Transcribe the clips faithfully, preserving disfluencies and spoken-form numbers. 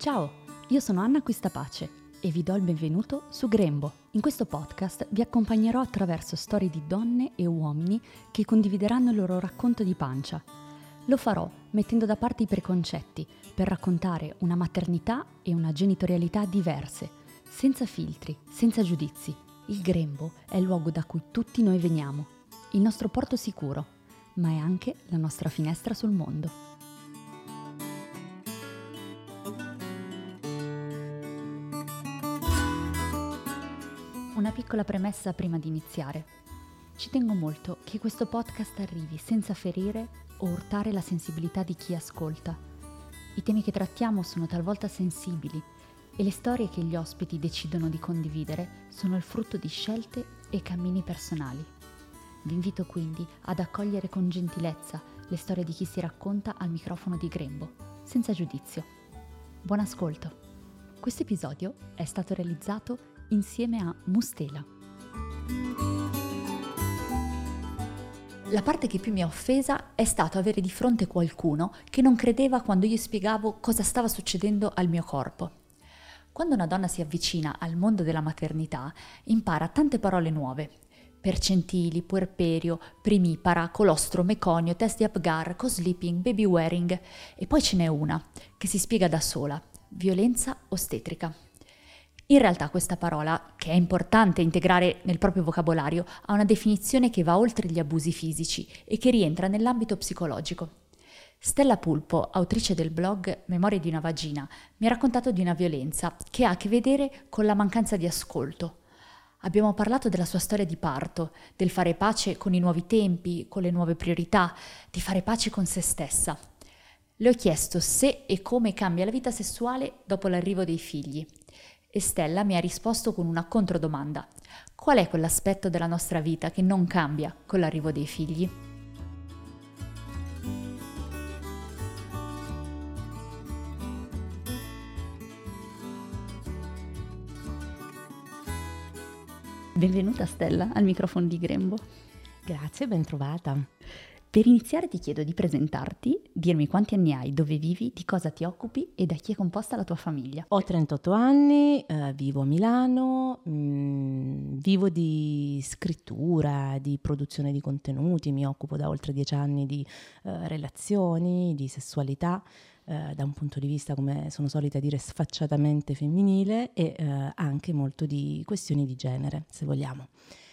Ciao, io sono Anna Quistapace e vi do il benvenuto su Grembo. In questo podcast vi accompagnerò attraverso storie di donne e uomini che condivideranno il loro racconto di pancia. Lo farò mettendo da parte i preconcetti per raccontare una maternità e una genitorialità diverse, senza filtri, senza giudizi. Il Grembo è il luogo da cui tutti noi veniamo, il nostro porto sicuro, ma è anche la nostra finestra sul mondo. Una piccola premessa prima di iniziare. Ci tengo molto che questo podcast arrivi senza ferire o urtare la sensibilità di chi ascolta. I temi che trattiamo sono talvolta sensibili e le storie che gli ospiti decidono di condividere sono il frutto di scelte e cammini personali. Vi invito quindi ad accogliere con gentilezza le storie di chi si racconta al microfono di Grembo, senza giudizio. Buon ascolto! Questo episodio è stato realizzato insieme a Mustela. La parte che più mi ha offesa è stato avere di fronte qualcuno che non credeva quando io spiegavo cosa stava succedendo al mio corpo. Quando una donna si avvicina al mondo della maternità, impara tante parole nuove. Percentili, puerperio, primipara, colostro, meconio, test di Apgar, co-sleeping, baby wearing e poi ce n'è una che si spiega da sola, violenza ostetrica. In realtà questa parola, che è importante integrare nel proprio vocabolario, ha una definizione che va oltre gli abusi fisici e che rientra nell'ambito psicologico. Stella Pulpo, autrice del blog Memorie di una vagina, mi ha raccontato di una violenza che ha a che vedere con la mancanza di ascolto. Abbiamo parlato della sua storia di parto, del fare pace con i nuovi tempi, con le nuove priorità, di fare pace con se stessa. Le ho chiesto se e come cambia la vita sessuale dopo l'arrivo dei figli. E Stella mi ha risposto con una controdomanda. Qual è quell'aspetto della nostra vita che non cambia con l'arrivo dei figli? Benvenuta Stella al microfono di Grembo. Grazie, ben trovata. Per iniziare ti chiedo di presentarti, dirmi quanti anni hai, dove vivi, di cosa ti occupi e da chi è composta la tua famiglia. Ho trentotto anni, eh, vivo a Milano, mh, vivo di scrittura, di produzione di contenuti, mi occupo da oltre dieci anni di eh, relazioni, di sessualità, eh, da un punto di vista, come sono solita dire, sfacciatamente femminile e eh, anche molto di questioni di genere, se vogliamo.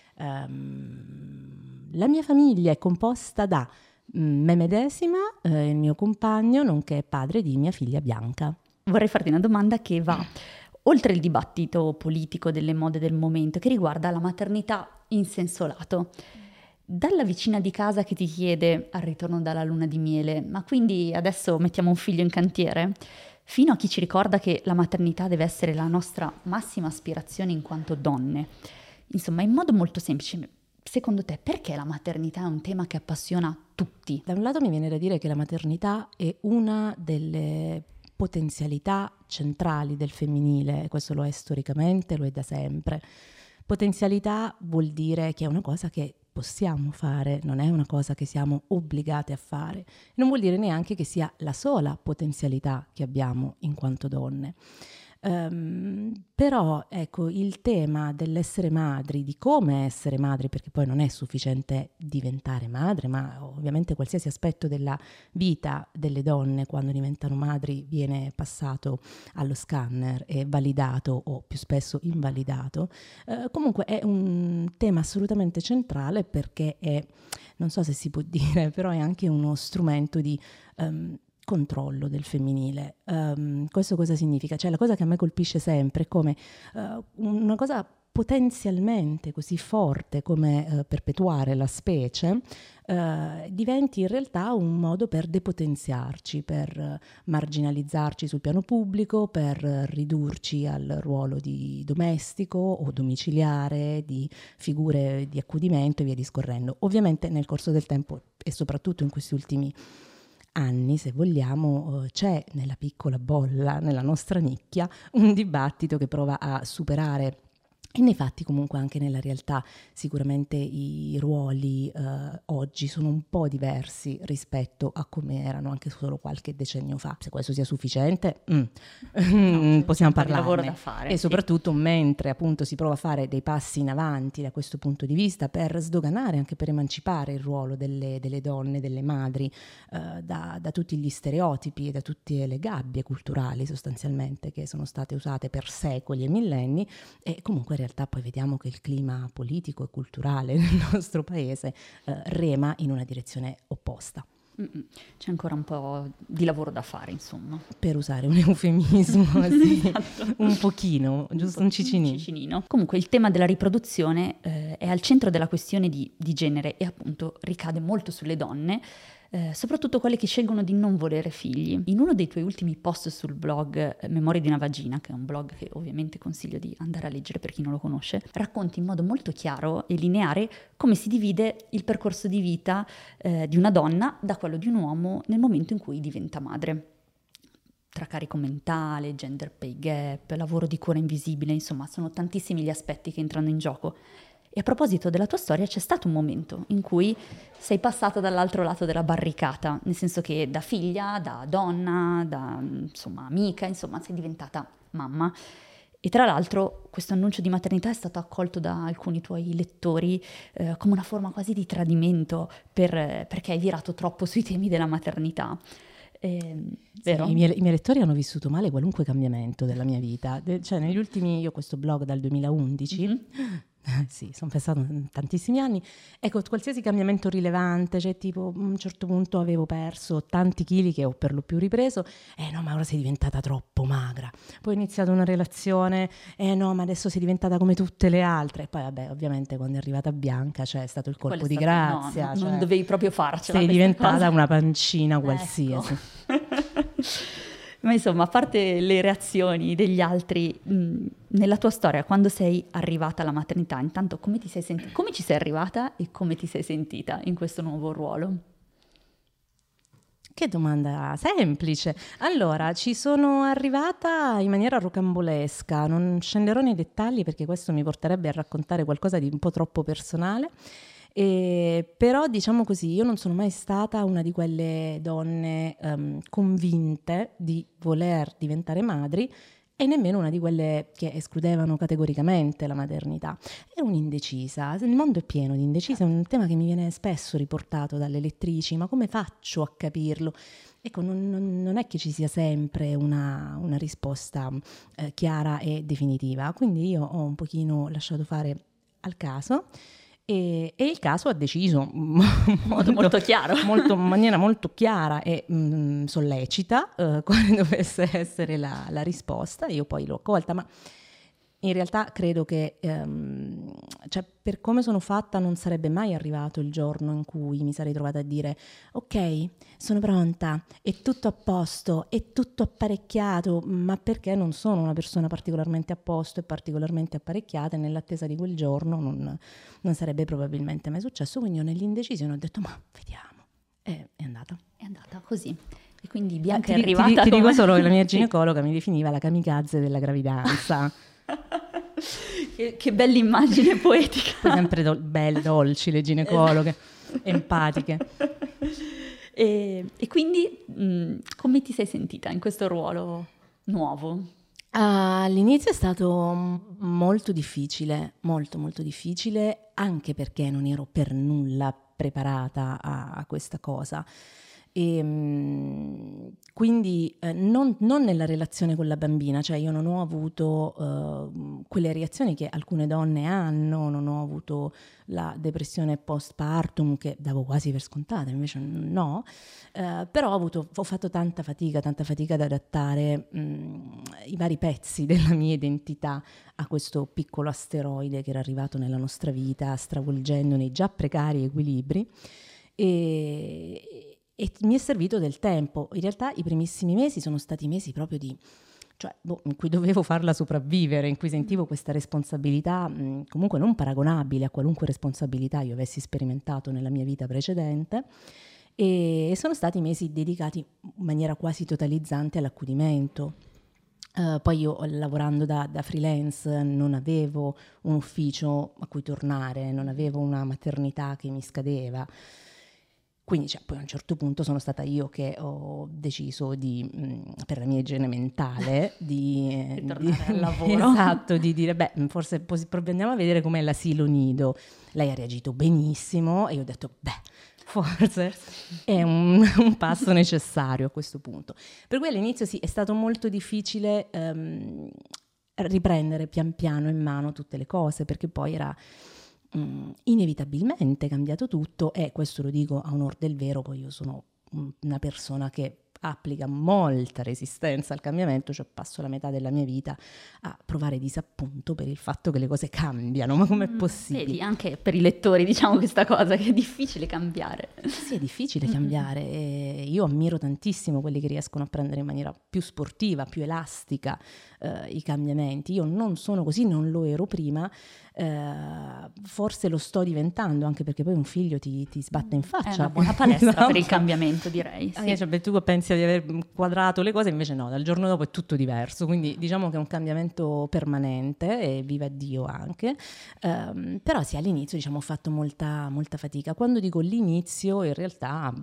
Um, la mia famiglia è composta da me medesima, eh, il mio compagno, nonché padre di mia figlia Bianca. Vorrei farti una domanda che va oltre il dibattito politico delle mode del momento, che riguarda la maternità in senso lato. Dalla vicina di casa che ti chiede al ritorno dalla luna di miele, ma quindi adesso mettiamo un figlio in cantiere? Fino a chi ci ricorda che la maternità deve essere la nostra massima aspirazione in quanto donne. Insomma, in modo molto semplice, secondo te perché la maternità è un tema che appassiona tutti? Da un lato mi viene da dire che la maternità è una delle potenzialità centrali del femminile, questo lo è storicamente, lo è da sempre. Potenzialità vuol dire che è una cosa che possiamo fare, non è una cosa che siamo obbligate a fare. Non vuol dire neanche che sia la sola potenzialità che abbiamo in quanto donne. Um, però ecco, il tema dell'essere madri, di come essere madri, perché poi non è sufficiente diventare madre, ma ovviamente qualsiasi aspetto della vita delle donne quando diventano madri viene passato allo scanner e validato o più spesso invalidato. Uh, comunque è un tema assolutamente centrale perché è, non so se si può dire, però è anche uno strumento di um, controllo del femminile. Um, questo cosa significa? Cioè la cosa che a me colpisce sempre è come uh, una cosa potenzialmente così forte come uh, perpetuare la specie uh, diventi in realtà un modo per depotenziarci, per uh, marginalizzarci sul piano pubblico, per uh, ridurci al ruolo di domestico o domiciliare, di figure di accudimento e via discorrendo. Ovviamente nel corso del tempo e soprattutto in questi ultimi anni, se vogliamo, c'è nella piccola bolla, nella nostra nicchia, un dibattito che prova a superare E nei fatti comunque anche nella realtà sicuramente i ruoli eh, oggi sono un po' diversi rispetto a come erano anche solo qualche decennio fa. Se questo sia sufficiente, mm. no, possiamo parlarne. Lavoro da fare, e sì. soprattutto mentre appunto si prova a fare dei passi in avanti da questo punto di vista per sdoganare, anche per emancipare il ruolo delle, delle donne, delle madri, eh, da, da tutti gli stereotipi e da tutte le gabbie culturali sostanzialmente che sono state usate per secoli e millenni, e comunque in realtà poi vediamo che il clima politico e culturale nel nostro paese eh, rema in una direzione opposta. Mm-mm. C'è ancora un po' di lavoro da fare, insomma. Per usare un eufemismo, sì, esatto. un pochino, giusto un, un cicinino. cicinino. Comunque il tema della riproduzione eh, è al centro della questione di, di genere e appunto ricade molto sulle donne, Eh, soprattutto quelle che scelgono di non volere figli. In uno dei tuoi ultimi post sul blog eh, Memorie di una vagina, che è un blog che ovviamente consiglio di andare a leggere per chi non lo conosce, racconti in modo molto chiaro e lineare come si divide il percorso di vita eh, di una donna da quello di un uomo nel momento in cui diventa madre. Tra carico mentale, gender pay gap, lavoro di cura invisibile, insomma sono tantissimi gli aspetti che entrano in gioco. E a proposito della tua storia, c'è stato un momento in cui sei passata dall'altro lato della barricata, nel senso che da figlia, da donna, da insomma amica, insomma sei diventata mamma. E tra l'altro questo annuncio di maternità è stato accolto da alcuni tuoi lettori eh, come una forma quasi di tradimento per, perché hai virato troppo sui temi della maternità. Eh, vero? Sì, i, miei, i miei lettori hanno vissuto male qualunque cambiamento della mia vita. De, cioè negli ultimi, io ho questo blog dal duemilaundici, mm-hmm. Sì, sono passati tantissimi anni. Ecco, qualsiasi cambiamento rilevante, cioè tipo a un certo punto avevo perso tanti chili che ho per lo più ripreso, eh no, ma ora sei diventata troppo magra. Poi ho iniziato una relazione, eh no, ma adesso sei diventata come tutte le altre. E poi vabbè, ovviamente quando è arrivata Bianca, cioè è stato il colpo di grazia. No, cioè, non dovevi proprio farcela. Sei diventata cosa. una pancina qualsiasi. Ecco. Ma insomma, a parte le reazioni degli altri, mh, nella tua storia, quando sei arrivata alla maternità, intanto come ti sei sentita? Come ci sei arrivata e come ti sei sentita in questo nuovo ruolo? Che domanda semplice. Allora, ci sono arrivata in maniera rocambolesca, non scenderò nei dettagli perché questo mi porterebbe a raccontare qualcosa di un po' troppo personale. E, però diciamo così, io non sono mai stata una di quelle donne um, convinte di voler diventare madri e nemmeno una di quelle che escludevano categoricamente la maternità. È un'indecisa, il mondo è pieno di indecisa, è un tema che mi viene spesso riportato dalle lettrici, ma come faccio a capirlo? Ecco, non, non, non è che ci sia sempre una, una risposta eh, chiara e definitiva, quindi io ho un pochino lasciato fare al caso. E, e il caso ha deciso molto, molto chiaro molto, in maniera molto chiara e mh, sollecita uh, quale dovesse essere la, la risposta. Io poi l'ho accolta, ma in realtà credo che um, cioè, per come sono fatta non sarebbe mai arrivato il giorno in cui mi sarei trovata a dire ok, sono pronta, è tutto a posto, è tutto apparecchiato, ma perché non sono una persona particolarmente a posto e particolarmente apparecchiata, e nell'attesa di quel giorno non, non sarebbe probabilmente mai successo. Quindi io nell'indecisione ho detto ma vediamo, e è andata. È andata così. E quindi Bianca ti, è arrivata ti, ti, ti come... dico solo che la mia ginecologa mi definiva la kamikaze della gravidanza. che, che bella immagine poetica. Poi sempre do- belle, dolci le ginecologhe, empatiche. E, e quindi mh, come ti sei sentita in questo ruolo nuovo? All'inizio è stato molto difficile, molto molto difficile, anche perché non ero per nulla preparata a, a questa cosa. E, mh, quindi eh, non, non nella relazione con la bambina, cioè io non ho avuto uh, quelle reazioni che alcune donne hanno, non ho avuto la depressione postpartum che davo quasi per scontata, invece no, uh, però ho, avuto, ho fatto tanta fatica, tanta fatica ad adattare mh, i vari pezzi della mia identità a questo piccolo asteroide che era arrivato nella nostra vita, stravolgendone i già precari equilibri. E, E mi è servito del tempo. In realtà i primissimi mesi sono stati mesi proprio di, cioè, boh, in cui dovevo farla sopravvivere, in cui sentivo questa responsabilità mh, comunque non paragonabile a qualunque responsabilità io avessi sperimentato nella mia vita precedente, e sono stati mesi dedicati in maniera quasi totalizzante all'accudimento. Uh, poi io lavorando da, da freelance non avevo un ufficio a cui tornare, non avevo una maternità che mi scadeva. Quindi cioè, poi a un certo punto sono stata io che ho deciso di, mh, per la mia igiene mentale, di, di di tornare al lavoro. Esatto, di dire, beh, forse pos- proviamo a vedere com'è l'asilo nido. Lei ha reagito benissimo e io ho detto, beh, forse è un, un passo necessario a questo punto. Per cui all'inizio sì, è stato molto difficile um, riprendere pian piano in mano tutte le cose, perché poi era um, inevitabilmente cambiato tutto, e questo lo dico a onor del vero, poi io sono una persona che applica molta resistenza al cambiamento, cioè passo la metà della mia vita a provare disappunto per il fatto che le cose cambiano, ma com'è possibile? Vedi, anche per i lettori diciamo questa cosa, che è difficile cambiare. Sì, è difficile cambiare, e io ammiro tantissimo quelli che riescono a prendere in maniera più sportiva, più elastica eh, i cambiamenti. Io non sono così, non lo ero prima, eh, forse lo sto diventando, anche perché poi un figlio ti, ti sbatte in faccia. È una buona palestra no? per il cambiamento, direi. Sì. Eh, cioè, beh, tu pensi di aver quadrato le cose, invece no, dal giorno dopo è tutto diverso, quindi diciamo che è un cambiamento permanente, e viva Dio anche, um, però sì, all'inizio diciamo ho fatto molta, molta fatica. Quando dico l'inizio, in realtà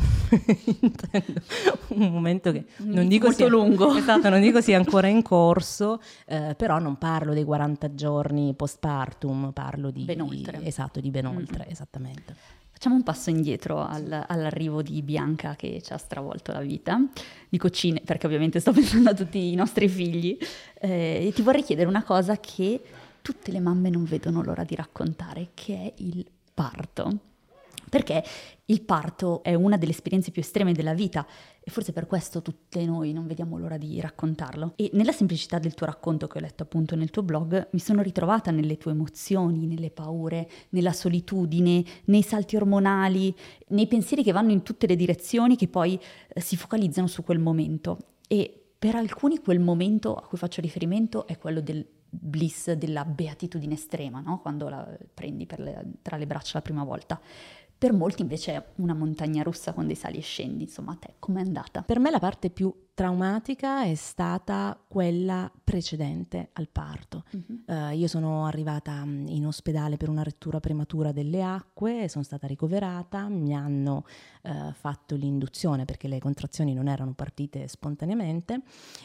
intendo un momento che non dico molto sia, lungo, esatto, non dico sia ancora in corso, eh, però non parlo dei quaranta giorni postpartum, parlo di ben oltre. Esatto, di ben oltre, mm-hmm. esattamente. Facciamo un passo indietro al, all'arrivo di Bianca, che ci ha stravolto la vita. Dico cine, perché ovviamente sto pensando a tutti i nostri figli. Eh, e ti vorrei chiedere una cosa che tutte le mamme non vedono l'ora di raccontare, che è il parto. Perché il parto è una delle esperienze più estreme della vita, e forse per questo tutte noi non vediamo l'ora di raccontarlo. E nella semplicità del tuo racconto, che ho letto appunto nel tuo blog, mi sono ritrovata nelle tue emozioni, nelle paure, nella solitudine, nei salti ormonali, nei pensieri che vanno in tutte le direzioni, che poi eh, si focalizzano su quel momento. E per alcuni quel momento a cui faccio riferimento è quello del bliss, della beatitudine estrema, no? Quando la prendi per le, tra le braccia la prima volta. Per molti invece è una montagna russa con dei sali e scendi. Insomma, a te com'è andata? Per me la parte più traumatica è stata quella precedente al parto. Uh-huh. Uh, io sono arrivata in ospedale per una rottura prematura delle acque, sono stata ricoverata, mi hanno uh, fatto l'induzione perché le contrazioni non erano partite spontaneamente,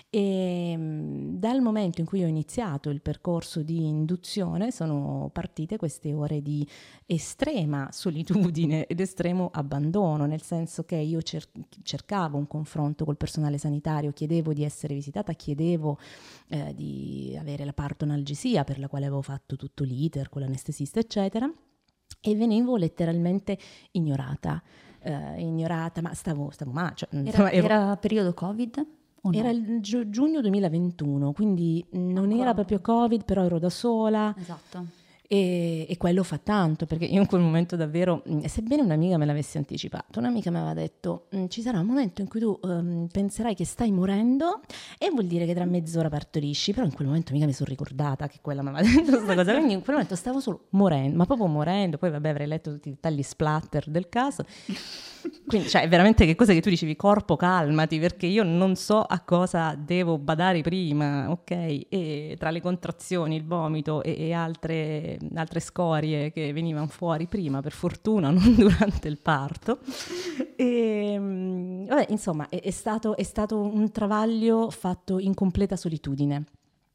e um, dal momento in cui ho iniziato il percorso di induzione sono partite queste ore di estrema solitudine ed estremo abbandono, nel senso che io cer- cercavo un confronto col personale sanitario, chiedevo di essere visitata, chiedevo eh, di avere la partonalgesia, per la quale avevo fatto tutto l'iter con l'anestesista eccetera, e venivo letteralmente ignorata, eh, ignorata, ma stavo, stavo male. Cioè, era, insomma, ero... era periodo Covid? O no? Era il gi- giugno duemilaventuno, quindi non Ancora. Era proprio Covid, però ero da sola. Esatto. E, e quello fa tanto, perché io in quel momento davvero, sebbene un'amica me l'avesse anticipato, un'amica mi aveva detto ci sarà un momento in cui tu um, penserai che stai morendo e vuol dire che tra mezz'ora partorisci, però in quel momento mica mi sono ricordata che quella mi aveva detto questa cosa, quindi in quel momento stavo solo morendo, ma proprio morendo, poi vabbè avrei letto tutti i dettagli splatter del caso. Quindi cioè veramente che cosa che tu dicevi, corpo calmati, perché io non so a cosa devo badare prima, ok? E tra le contrazioni, il vomito e, e altre, altre scorie che venivano fuori prima, per fortuna non durante il parto, e vabbè, insomma è, è, stato, è stato un travaglio fatto in completa solitudine,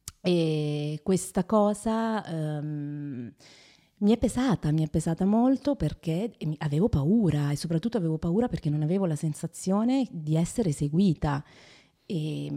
e questa cosa um, mi è pesata, mi è pesata molto, perché avevo paura, e soprattutto avevo paura perché non avevo la sensazione di essere seguita, e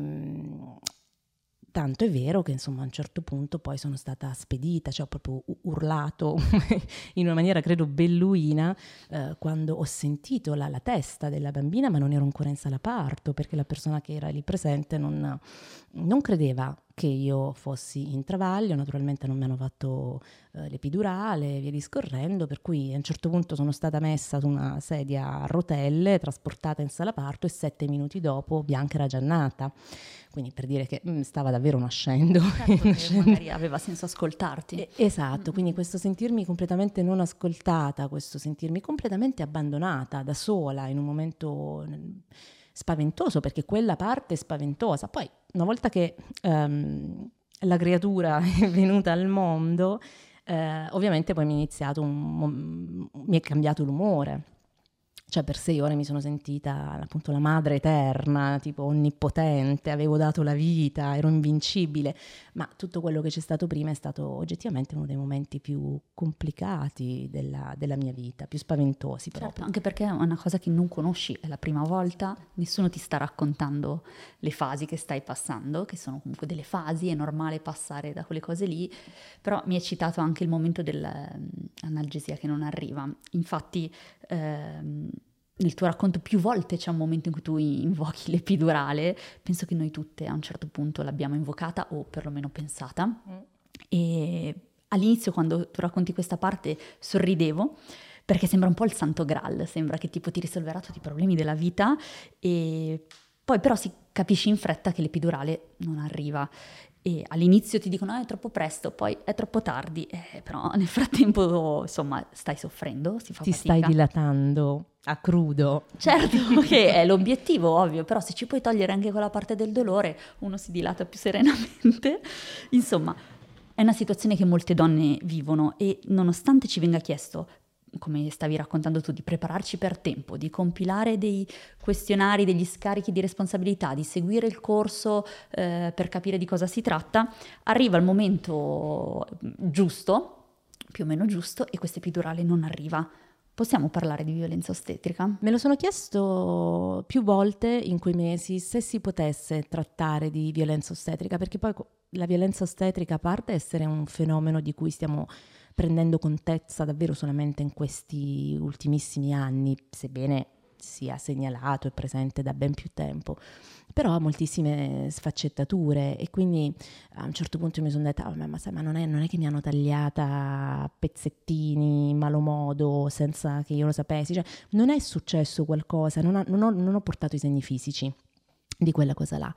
tanto è vero che insomma a un certo punto poi sono stata spedita, cioè ho proprio urlato in una maniera credo belluina eh, quando ho sentito la, la testa della bambina, ma non ero ancora in sala parto, perché la persona che era lì presente non, non credeva che io fossi in travaglio. Naturalmente non mi hanno fatto eh, l'epidurale, via discorrendo, per cui a un certo punto sono stata messa su una sedia a rotelle, trasportata in sala parto, e sette minuti dopo Bianca era già nata. Quindi per dire che mh, stava davvero nascendo. Certo, nascendo. Magari aveva senso ascoltarti. E, esatto, mm-hmm. Quindi questo sentirmi completamente non ascoltata, questo sentirmi completamente abbandonata, da sola, in un momento spaventoso, perché quella parte è spaventosa. Poi una volta che um, la creatura è venuta al mondo, eh, ovviamente poi mi è iniziato un, mi è cambiato l'umore. Cioè per sei ore mi sono sentita appunto la madre eterna, tipo onnipotente, avevo dato la vita, ero invincibile, ma tutto quello che c'è stato prima è stato oggettivamente uno dei momenti più complicati della, della mia vita, più spaventosi proprio. Certo, anche perché è una cosa che non conosci, è la prima volta, nessuno ti sta raccontando le fasi che stai passando, che sono comunque delle fasi, è normale passare da quelle cose lì, però mi è citato anche il momento dell'analgesia che non arriva. Infatti ehm, nel tuo racconto più volte c'è un momento in cui tu invochi l'epidurale, penso che noi tutte a un certo punto l'abbiamo invocata o perlomeno pensata, mm. e all'inizio quando tu racconti questa parte sorridevo, perché sembra un po' il santo graal, sembra che tipo ti risolverà tutti i problemi della vita, e poi però si capisce in fretta che l'epidurale non arriva. E all'inizio ti dicono ah, è troppo presto, poi è troppo tardi, eh, però nel frattempo insomma stai soffrendo, si fa ti fatica. Stai dilatando a crudo. Certo che è l'obiettivo, ovvio, però se ci puoi togliere anche quella parte del dolore uno si dilata più serenamente. Insomma, è una situazione che molte donne vivono e nonostante ci venga chiesto, come stavi raccontando tu, di prepararci per tempo, di compilare dei questionari, degli scarichi di responsabilità, di seguire il corso eh, per capire di cosa si tratta, arriva il momento giusto, più o meno giusto, e questa epidurale non arriva. Possiamo parlare di violenza ostetrica? Me lo sono chiesto più volte in quei mesi se si potesse trattare di violenza ostetrica, perché poi la violenza ostetrica, a parte essere un fenomeno di cui stiamo prendendo contezza davvero solamente in questi ultimissimi anni, sebbene sia segnalato e presente da ben più tempo, però ha moltissime sfaccettature, e quindi a un certo punto mi sono detta oh, ma, ma, sai, ma non, è, non è che mi hanno tagliata a pezzettini in malo modo senza che io lo sapessi, cioè non è successo qualcosa, non, ha, non, ho, non ho portato i segni fisici di quella cosa là.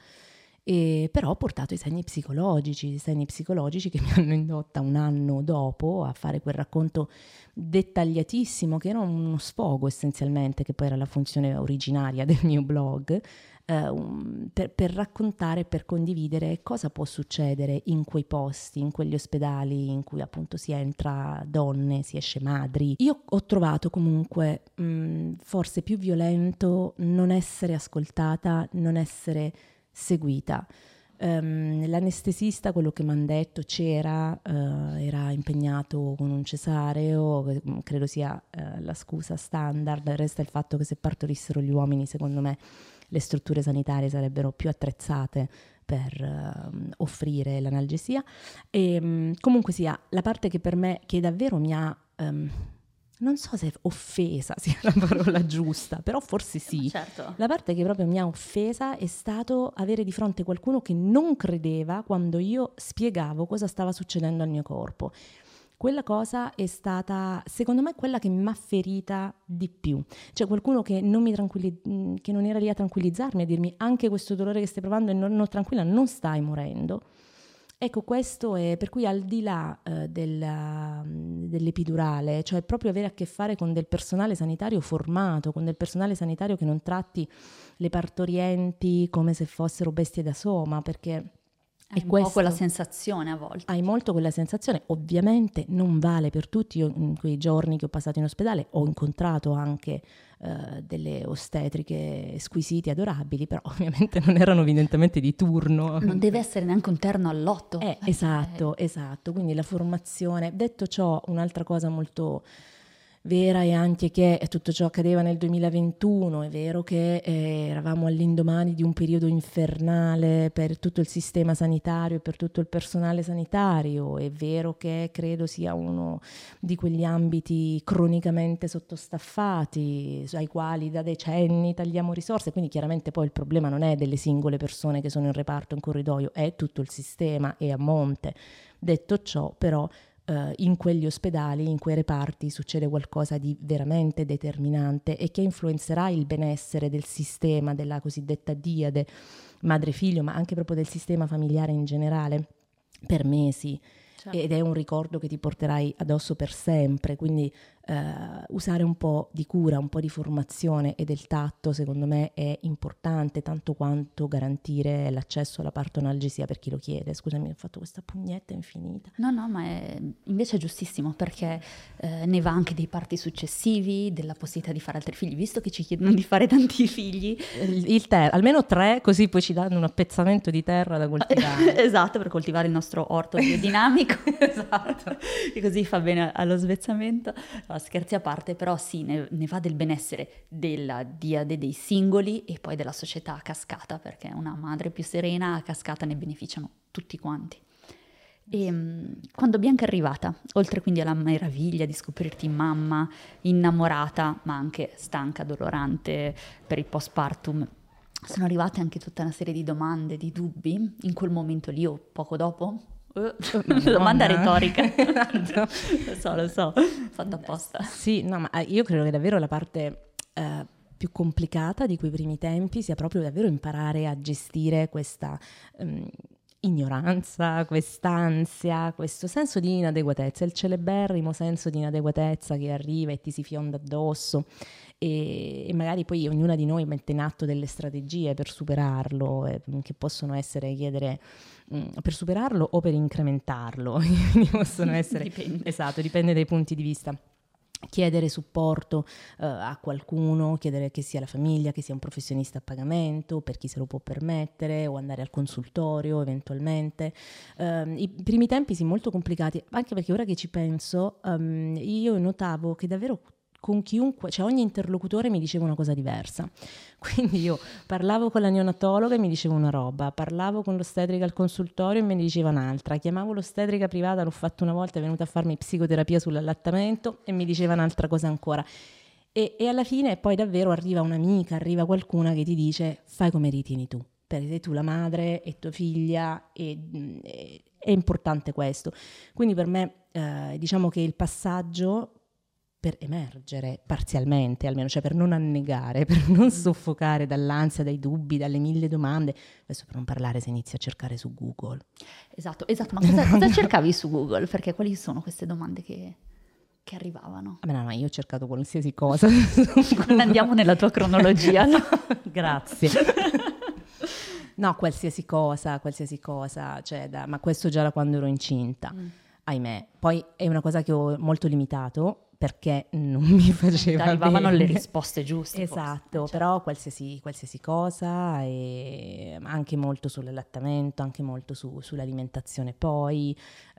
E però ho portato i segni psicologici, i segni psicologici che mi hanno indotta un anno dopo a fare quel racconto dettagliatissimo, che era uno sfogo essenzialmente, che poi era la funzione originaria del mio blog, eh, um, per, per raccontare, per condividere cosa può succedere in quei posti, in quegli ospedali in cui appunto si entra donne, si esce madri. Io ho trovato comunque mh, forse più violento non essere ascoltata, non essere seguita. Um, l'anestesista, quello che mi hanno detto, c'era, uh, era impegnato con un cesareo, credo sia uh, la scusa standard. Resta il fatto che se partorissero gli uomini, secondo me le strutture sanitarie sarebbero più attrezzate per uh, offrire l'analgesia. E um, comunque sia, la parte che per me, che davvero mi ha um, non so se offesa sia la parola giusta, però forse sì. Certo. La parte che proprio mi ha offesa è stato avere di fronte qualcuno che non credeva quando io spiegavo cosa stava succedendo al mio corpo. Quella cosa è stata, secondo me, quella che mi ha ferita di più. Cioè qualcuno che non, mi tranquilli- che non era lì a tranquillizzarmi, a dirmi anche questo dolore che stai provando è non, non, tranquilla, non stai morendo. Ecco, questo è per cui al di là eh, della, dell'epidurale, cioè proprio avere a che fare con del personale sanitario formato, con del personale sanitario che non tratti le partorienti come se fossero bestie da soma, perché hai un po' quella sensazione a volte. Hai molto quella sensazione, ovviamente non vale per tutti. Io in quei giorni che ho passato in ospedale ho incontrato anche uh, delle ostetriche squisiti, adorabili, però ovviamente non erano evidentemente di turno. Non deve essere neanche un terno all'otto. Eh, esatto, eh. esatto, quindi la formazione. Detto ciò, un'altra cosa molto vera è anche che tutto ciò accadeva nel duemilaventuno, è vero che eh, eravamo all'indomani di un periodo infernale per tutto il sistema sanitario e per tutto il personale sanitario, è vero che credo sia uno di quegli ambiti cronicamente sottostaffati, ai quali da decenni tagliamo risorse, quindi chiaramente poi il problema non è delle singole persone che sono in reparto, in corridoio, è tutto il sistema e a monte. Detto ciò, però, Uh, in quegli ospedali, in quei reparti succede qualcosa di veramente determinante e che influenzerà il benessere del sistema, della cosiddetta diade madre-figlio, ma anche proprio del sistema familiare in generale per mesi. Certo. Ed è un ricordo che ti porterai addosso per sempre, quindi Uh, usare un po' di cura, un po' di formazione e del tatto secondo me è importante tanto quanto garantire l'accesso alla partonalgesia per chi lo chiede. Scusami, ho fatto questa pugnetta infinita. No, no, ma è, invece è giustissimo, perché eh, ne va anche dei parti successivi, della possibilità di fare altri figli, visto che ci chiedono di fare tanti figli. Il, il ter- almeno tre, così poi ci danno un appezzamento di terra da coltivare. Esatto, per coltivare il nostro orto biodinamico. Esatto, e così fa bene allo svezzamento. No, scherzi a parte, però sì, ne, ne va del benessere della diade dei singoli e poi della società a cascata, perché una madre più serena a cascata ne beneficiano tutti quanti. E um, quando Bianca è arrivata, oltre quindi alla meraviglia di scoprirti mamma, innamorata, ma anche stanca, dolorante per il postpartum, sono arrivate anche tutta una serie di domande, di dubbi, in quel momento lì o poco dopo? Uh, domanda retorica. Lo so, lo so, fatto apposta. Sì, no, ma io credo che davvero la parte eh, più complicata di quei primi tempi sia proprio davvero imparare a gestire questa um, ignoranza, quest'ansia, questo senso di inadeguatezza, il celeberrimo senso di inadeguatezza che arriva e ti si fionda addosso. E, e magari poi ognuna di noi mette in atto delle strategie per superarlo, eh, che possono essere chiedere mh, per superarlo o per incrementarlo, quindi possono essere, dipende. Esatto, dipende dai punti di vista. Chiedere supporto uh, a qualcuno, chiedere che sia la famiglia, che sia un professionista a pagamento, per chi se lo può permettere, o andare al consultorio eventualmente. Uh, I primi tempi sì, molto complicati, anche perché ora che ci penso, um, io notavo che davvero con chiunque, cioè ogni interlocutore mi diceva una cosa diversa. Quindi io parlavo con la neonatologa e mi diceva una roba, parlavo con l'ostetrica al consultorio e me ne diceva un'altra, chiamavo l'ostetrica privata, l'ho fatto una volta, è venuta a farmi psicoterapia sull'allattamento e mi diceva un'altra cosa ancora. E, e alla fine poi davvero arriva un'amica, arriva qualcuna che ti dice fai come ritieni tu, perché sei tu la madre e tua figlia e, e è importante questo. Quindi per me eh, diciamo che il passaggio per emergere parzialmente, almeno, cioè per non annegare, per non soffocare dall'ansia, dai dubbi, dalle mille domande, adesso per non parlare se inizi a cercare su Google. Esatto, esatto, ma cosa, cosa cercavi su Google? Perché quali sono queste domande che, che arrivavano? Ah, no, no, io ho cercato qualsiasi cosa. Non andiamo nella tua cronologia. No? Grazie. No, qualsiasi cosa, qualsiasi cosa, cioè da, ma questo già da quando ero incinta, mm. ahimè. Poi è una cosa che ho molto limitato, perché non mi faceva arrivavano bene. le risposte giuste. Esatto, forse. Però qualsiasi, qualsiasi cosa, e anche molto sull'allattamento, anche molto su, sull'alimentazione poi,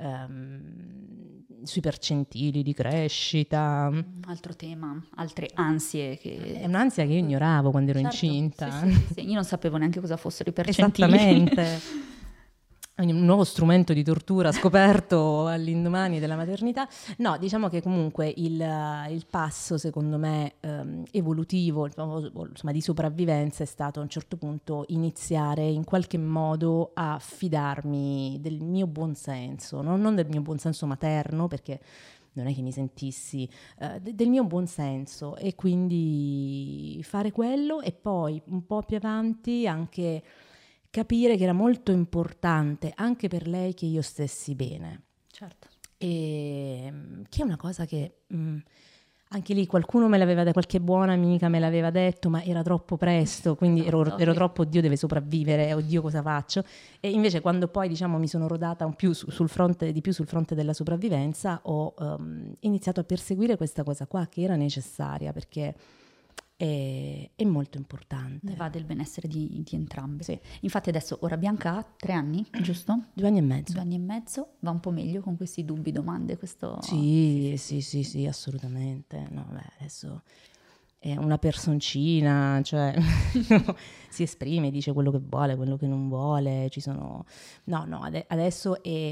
um, sui percentili di crescita. Altro tema, altre ansie. Che... È un'ansia che io ignoravo quando ero certo, incinta. Sì, sì, sì. Io non sapevo neanche cosa fossero i percentili. Esattamente. Un nuovo strumento di tortura scoperto all'indomani della maternità. No, diciamo che comunque il, il passo, secondo me, ehm, evolutivo, insomma, di sopravvivenza è stato a un certo punto iniziare in qualche modo a fidarmi del mio buonsenso, no? Non del mio buonsenso materno, perché non è che mi sentissi, eh, de- del mio buonsenso, e quindi fare quello e poi un po' più avanti anche capire che era molto importante anche per lei che io stessi bene. Certo. E che è una cosa che mh, anche lì qualcuno me l'aveva detto, qualche buona amica me l'aveva detto, ma era troppo presto, quindi ero, ero troppo oddio deve sopravvivere, oddio cosa faccio? E invece quando poi diciamo mi sono rodata un più su, sul fronte, di più sul fronte della sopravvivenza, ho um, iniziato a perseguire questa cosa qua che era necessaria, perché È, è molto importante. Ne va del benessere di, di entrambi. Sì. Infatti adesso ora Bianca ha tre anni, giusto? Due anni e mezzo. Due anni e mezzo, va un po' meglio con questi dubbi, domande, questo... Sì, sì, sì, sì, assolutamente. No, beh, adesso è una personcina, cioè si esprime, dice quello che vuole, quello che non vuole, ci sono... No, no, ade- adesso è,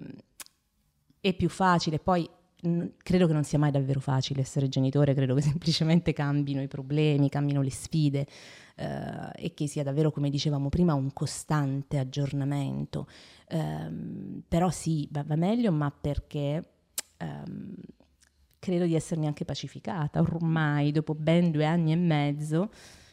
è più facile, poi credo che non sia mai davvero facile essere genitore, credo che semplicemente cambino i problemi, cambino le sfide, eh, e che sia davvero, come dicevamo prima, un costante aggiornamento. Eh, però sì, va, va meglio, ma perché ehm, credo di essermi anche pacificata ormai, dopo ben due anni e mezzo,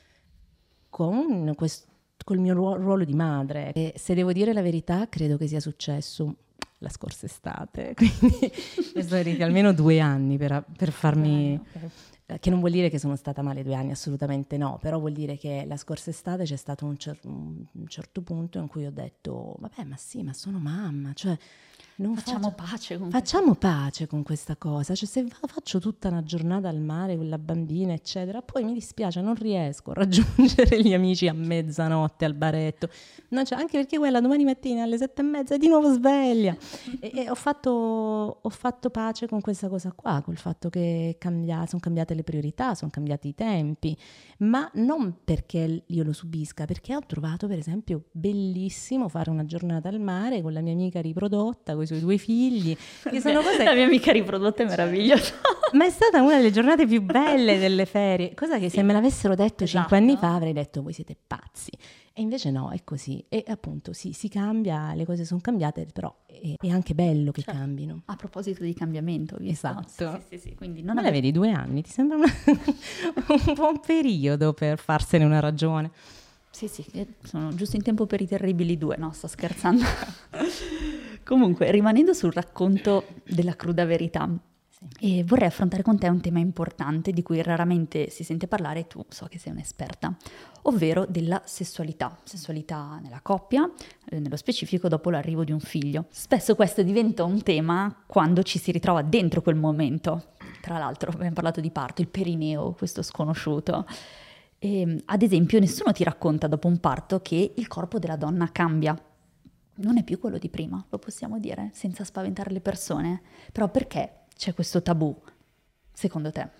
con questo, col mio ruolo di madre. E se devo dire la verità, credo che sia successo la scorsa estate, quindi sono stati almeno due anni per, per farmi... Eh, okay. Che non vuol dire che sono stata male due anni, assolutamente no, però vuol dire che la scorsa estate c'è stato un, cer- un certo punto in cui ho detto, vabbè, ma sì, ma sono mamma, cioè... Non facciamo faccio, pace con facciamo pace con questa cosa, cioè se faccio tutta una giornata al mare con la bambina eccetera, poi mi dispiace, non riesco a raggiungere gli amici a mezzanotte al baretto, non c'è, anche perché quella domani mattina alle sette e mezza è di nuovo sveglia e, e ho, fatto, ho fatto pace con questa cosa qua, col fatto che cambia, sono cambiate le priorità, sono cambiati i tempi, ma non perché io lo subisca, perché ho trovato per esempio bellissimo fare una giornata al mare con la mia amica riprodotta, con i suoi due figli, che sono cose... La mia amica riprodotta è meravigliosa. Ma è stata una delle giornate più belle delle ferie, cosa che sì. Se me l'avessero detto esatto. cinque anni fa avrei detto voi siete pazzi, e invece no, è così, e appunto sì, si cambia, le cose sono cambiate, però è, è anche bello che certo. cambino. A proposito di cambiamento, visto? Esatto. Sì, sì, sì, quindi non Ma ave... la vedi, due anni, ti sembra una... un buon periodo per farsene una ragione? Sì, sì, sono giusto in tempo per i terribili due, no, sto scherzando. Comunque, rimanendo sul racconto della cruda verità, sì. e vorrei affrontare con te un tema importante di cui raramente si sente parlare, e tu so che sei un'esperta, ovvero della sessualità, sessualità nella coppia, eh, nello specifico dopo l'arrivo di un figlio. Spesso questo diventa un tema quando ci si ritrova dentro quel momento. Tra l'altro abbiamo parlato di parto, il perineo, questo sconosciuto. E, ad esempio, nessuno ti racconta dopo un parto che il corpo della donna cambia. Non è più quello di prima, lo possiamo dire, senza spaventare le persone. Però perché c'è questo tabù, secondo te?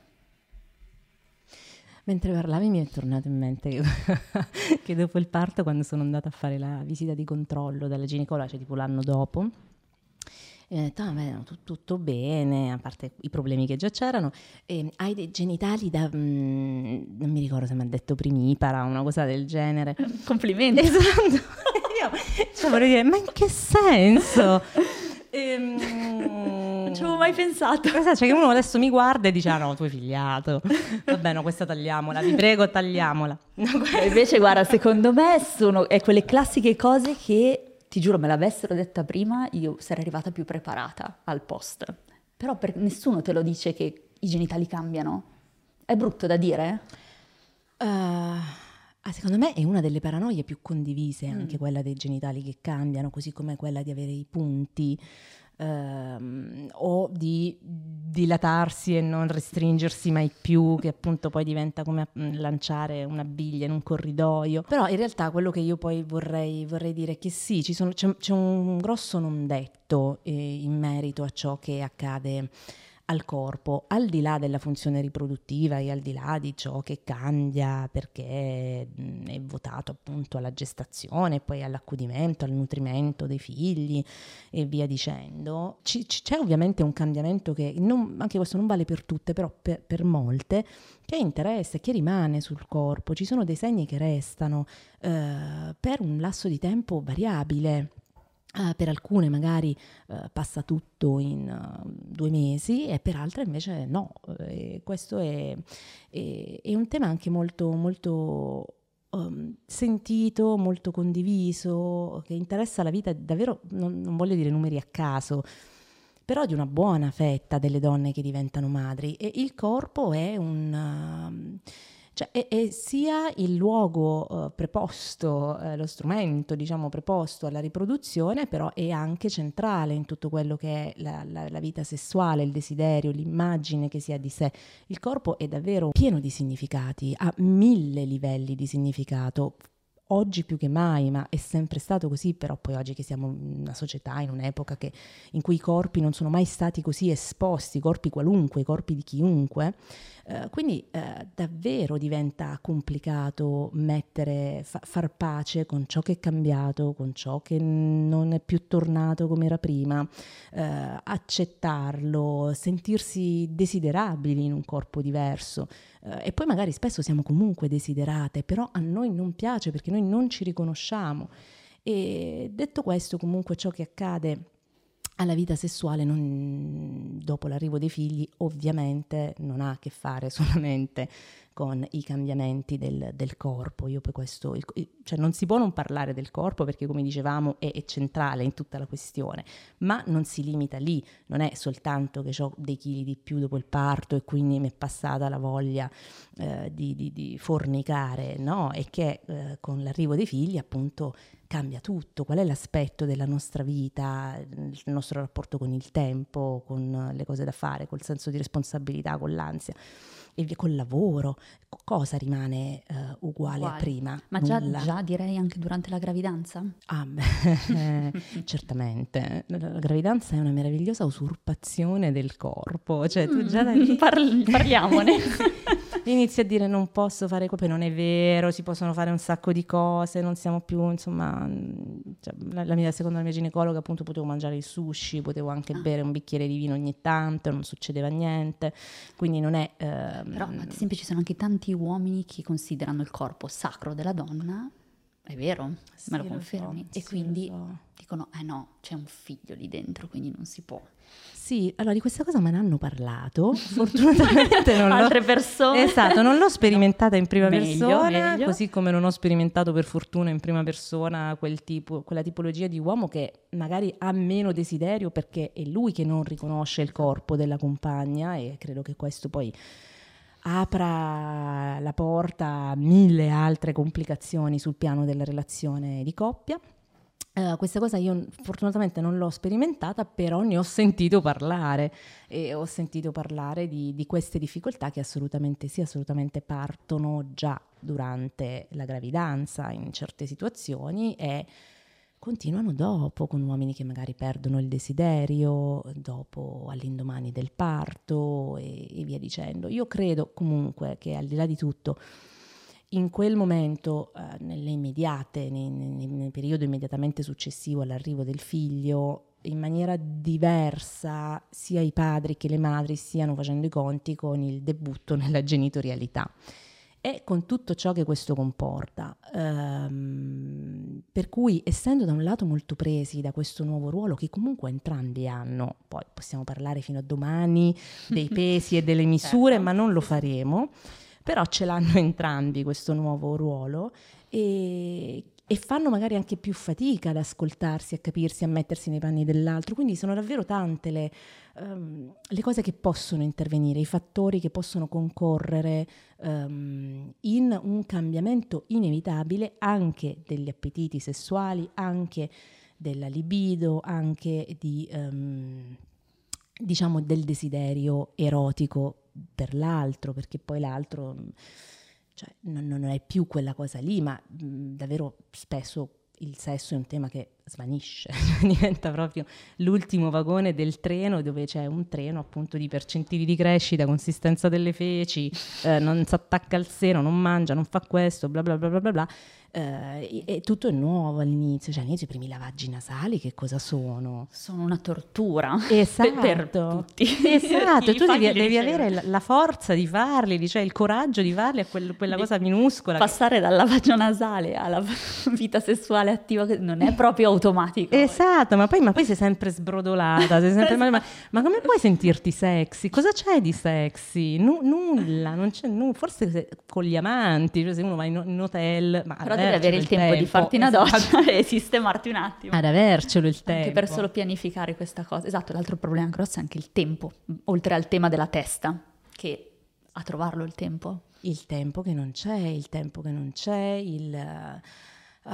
Mentre parlavi mi è tornato in mente che, che dopo il parto, quando sono andata a fare la visita di controllo dalla ginecologa, cioè tipo l'anno dopo, e ho detto, ah, beh, no, tutto, tutto bene, a parte i problemi che già c'erano, e hai dei genitali da, mm, non mi ricordo se mi ha detto primipara, una cosa del genere. Complimenti. Esatto. Io cioè, vorrei dire, ma in che senso? Ehm, non ci avevo mai pensato. Cioè che uno adesso mi guarda e dice, ah no, tu hai figliato. Vabbè, no, questa tagliamola, vi prego, tagliamola. No, invece, guarda, secondo me sono è quelle classiche cose che... Ti giuro, me l'avessero detta prima, io sarei arrivata più preparata al post. Però per, nessuno te lo dice che i genitali cambiano. È brutto da dire? Uh, ah, secondo me è una delle paranoie più condivise, anche mm. quella dei genitali che cambiano, così come quella di avere i punti, uh, o di dilatarsi e non restringersi mai più, che appunto poi diventa come lanciare una biglia in un corridoio. Però in realtà quello che io poi vorrei, vorrei dire è che sì, ci sono, c'è, c'è un grosso non detto eh, in merito a ciò che accade al corpo, al di là della funzione riproduttiva e al di là di ciò che cambia perché è votato appunto alla gestazione, poi all'accudimento, al nutrimento dei figli e via dicendo. C- c'è ovviamente un cambiamento che, non, anche questo non vale per tutte, però per, per molte, che interessa, che rimane sul corpo. Ci sono dei segni che restano eh, per un lasso di tempo variabile. Uh, per alcune magari uh, passa tutto in uh, due mesi e per altre invece no. E questo è, è, è un tema anche molto, molto um, sentito, molto condiviso, che interessa la vita davvero, non, non voglio dire numeri a caso, però di una buona fetta delle donne che diventano madri, e il corpo è un... Uh, Cioè, è, è sia il luogo uh, preposto, uh, lo strumento diciamo preposto alla riproduzione, però è anche centrale in tutto quello che è la, la, la vita sessuale, il desiderio, l'immagine che si ha di sé. Il corpo è davvero pieno di significati, ha mille livelli di significato. Oggi più che mai, ma è sempre stato così, però poi oggi che siamo in una società, in un'epoca che, in cui i corpi non sono mai stati così esposti, i corpi qualunque, i corpi di chiunque, eh, quindi eh, davvero diventa complicato mettere, fa, far pace con ciò che è cambiato, con ciò che non è più tornato come era prima, eh, accettarlo, sentirsi desiderabili in un corpo diverso. Uh, e poi magari spesso siamo comunque desiderate, però a noi non piace perché noi non ci riconosciamo. E detto questo, comunque ciò che accade alla vita sessuale non, dopo l'arrivo dei figli ovviamente non ha a che fare solamente con i cambiamenti del, del corpo. Io poi questo, il, cioè non si può non parlare del corpo perché, come dicevamo, è, è centrale in tutta la questione, ma non si limita lì, non è soltanto che ho dei chili di più dopo il parto e quindi mi è passata la voglia eh, di, di, di fornicare, no? E che eh, con l'arrivo dei figli appunto cambia tutto. Qual è l'aspetto della nostra vita, il nostro rapporto con il tempo, con le cose da fare, col senso di responsabilità, con l'ansia e via, col lavoro. Cosa rimane uh, uguale, uguale a prima? Ma già, già direi anche durante la gravidanza? Ah beh, certamente. La, la gravidanza è una meravigliosa usurpazione del corpo. Cioè, tu già da lì... Parli, parliamone. Inizi a dire non posso fare quello, non è vero, si possono fare un sacco di cose, non siamo più, insomma, cioè, la, la mia, secondo la mia ginecologa appunto potevo mangiare il sushi, potevo anche ah. bere un bicchiere di vino ogni tanto, non succedeva niente, quindi non è... Ehm... Però ad esempio ci sono anche tanti uomini che considerano il corpo sacro della donna, è vero, sì, me lo confermi, so, e sì, quindi so. dicono eh no, c'è un figlio lì dentro, quindi non si può. Sì, allora di questa cosa me ne hanno parlato, fortunatamente non altre l'ho, persone. Esatto, non l'ho sperimentata in prima meglio, persona, meglio. Così come non ho sperimentato per fortuna in prima persona quel tipo, quella tipologia di uomo che magari ha meno desiderio perché è lui che non riconosce il corpo della compagna, e credo che questo poi apra la porta a mille altre complicazioni sul piano della relazione di coppia. Uh, questa cosa io fortunatamente non l'ho sperimentata, però ne ho sentito parlare e ho sentito parlare di, di queste difficoltà che assolutamente sì, assolutamente partono già durante la gravidanza in certe situazioni e continuano dopo, con uomini che magari perdono il desiderio dopo, all'indomani del parto e, e via dicendo. Io credo comunque che al di là di tutto in quel momento, eh, nelle immediate, nei, nei, nel periodo immediatamente successivo all'arrivo del figlio, in maniera diversa sia i padri che le madri stiano facendo i conti con il debutto nella genitorialità e con tutto ciò che questo comporta. Ehm, per cui, essendo da un lato molto presi da questo nuovo ruolo che comunque entrambi hanno, poi possiamo parlare fino a domani dei pesi e delle misure, certo, ma non lo faremo, però ce l'hanno entrambi questo nuovo ruolo e, e fanno magari anche più fatica ad ascoltarsi, a capirsi, a mettersi nei panni dell'altro, quindi sono davvero tante le, um, le cose che possono intervenire, i fattori che possono concorrere um, in un cambiamento inevitabile anche degli appetiti sessuali, anche della libido, anche di... Um, diciamo del desiderio erotico per l'altro, perché poi l'altro cioè, non, non è più quella cosa lì, ma mh, davvero spesso il sesso è un tema che svanisce, diventa proprio l'ultimo vagone del treno, dove c'è un treno appunto di percentili di crescita, consistenza delle feci, eh, non si attacca al seno, non mangia, non fa questo, bla bla bla bla bla bla. Uh, e tutto è nuovo all'inizio, cioè all'inizio i primi lavaggi nasali che cosa sono? Sono una tortura, esatto, per, per tutti. Esatto, tu devi, devi avere la, la forza di farli, cioè il coraggio di farli a quel, quella di cosa minuscola. Passare che... dal lavaggio nasale alla vita sessuale attiva non è proprio automatico. Esatto, ma poi, ma poi sei sempre sbrodolata, sei sempre esatto. ma, ma come puoi sentirti sexy? Cosa c'è di sexy? Nu- nulla, non c'è nulla, forse se, con gli amanti, cioè se uno va in, in hotel... Ma però devi avere il tempo, tempo di farti una esatto. doccia e sistemarti un attimo. Ad avercelo il tempo. Anche per solo pianificare questa cosa. Esatto, l'altro problema grosso è anche il tempo, oltre al tema della testa, che a trovarlo il tempo. Il tempo che non c'è, il tempo che non c'è, il... Uh,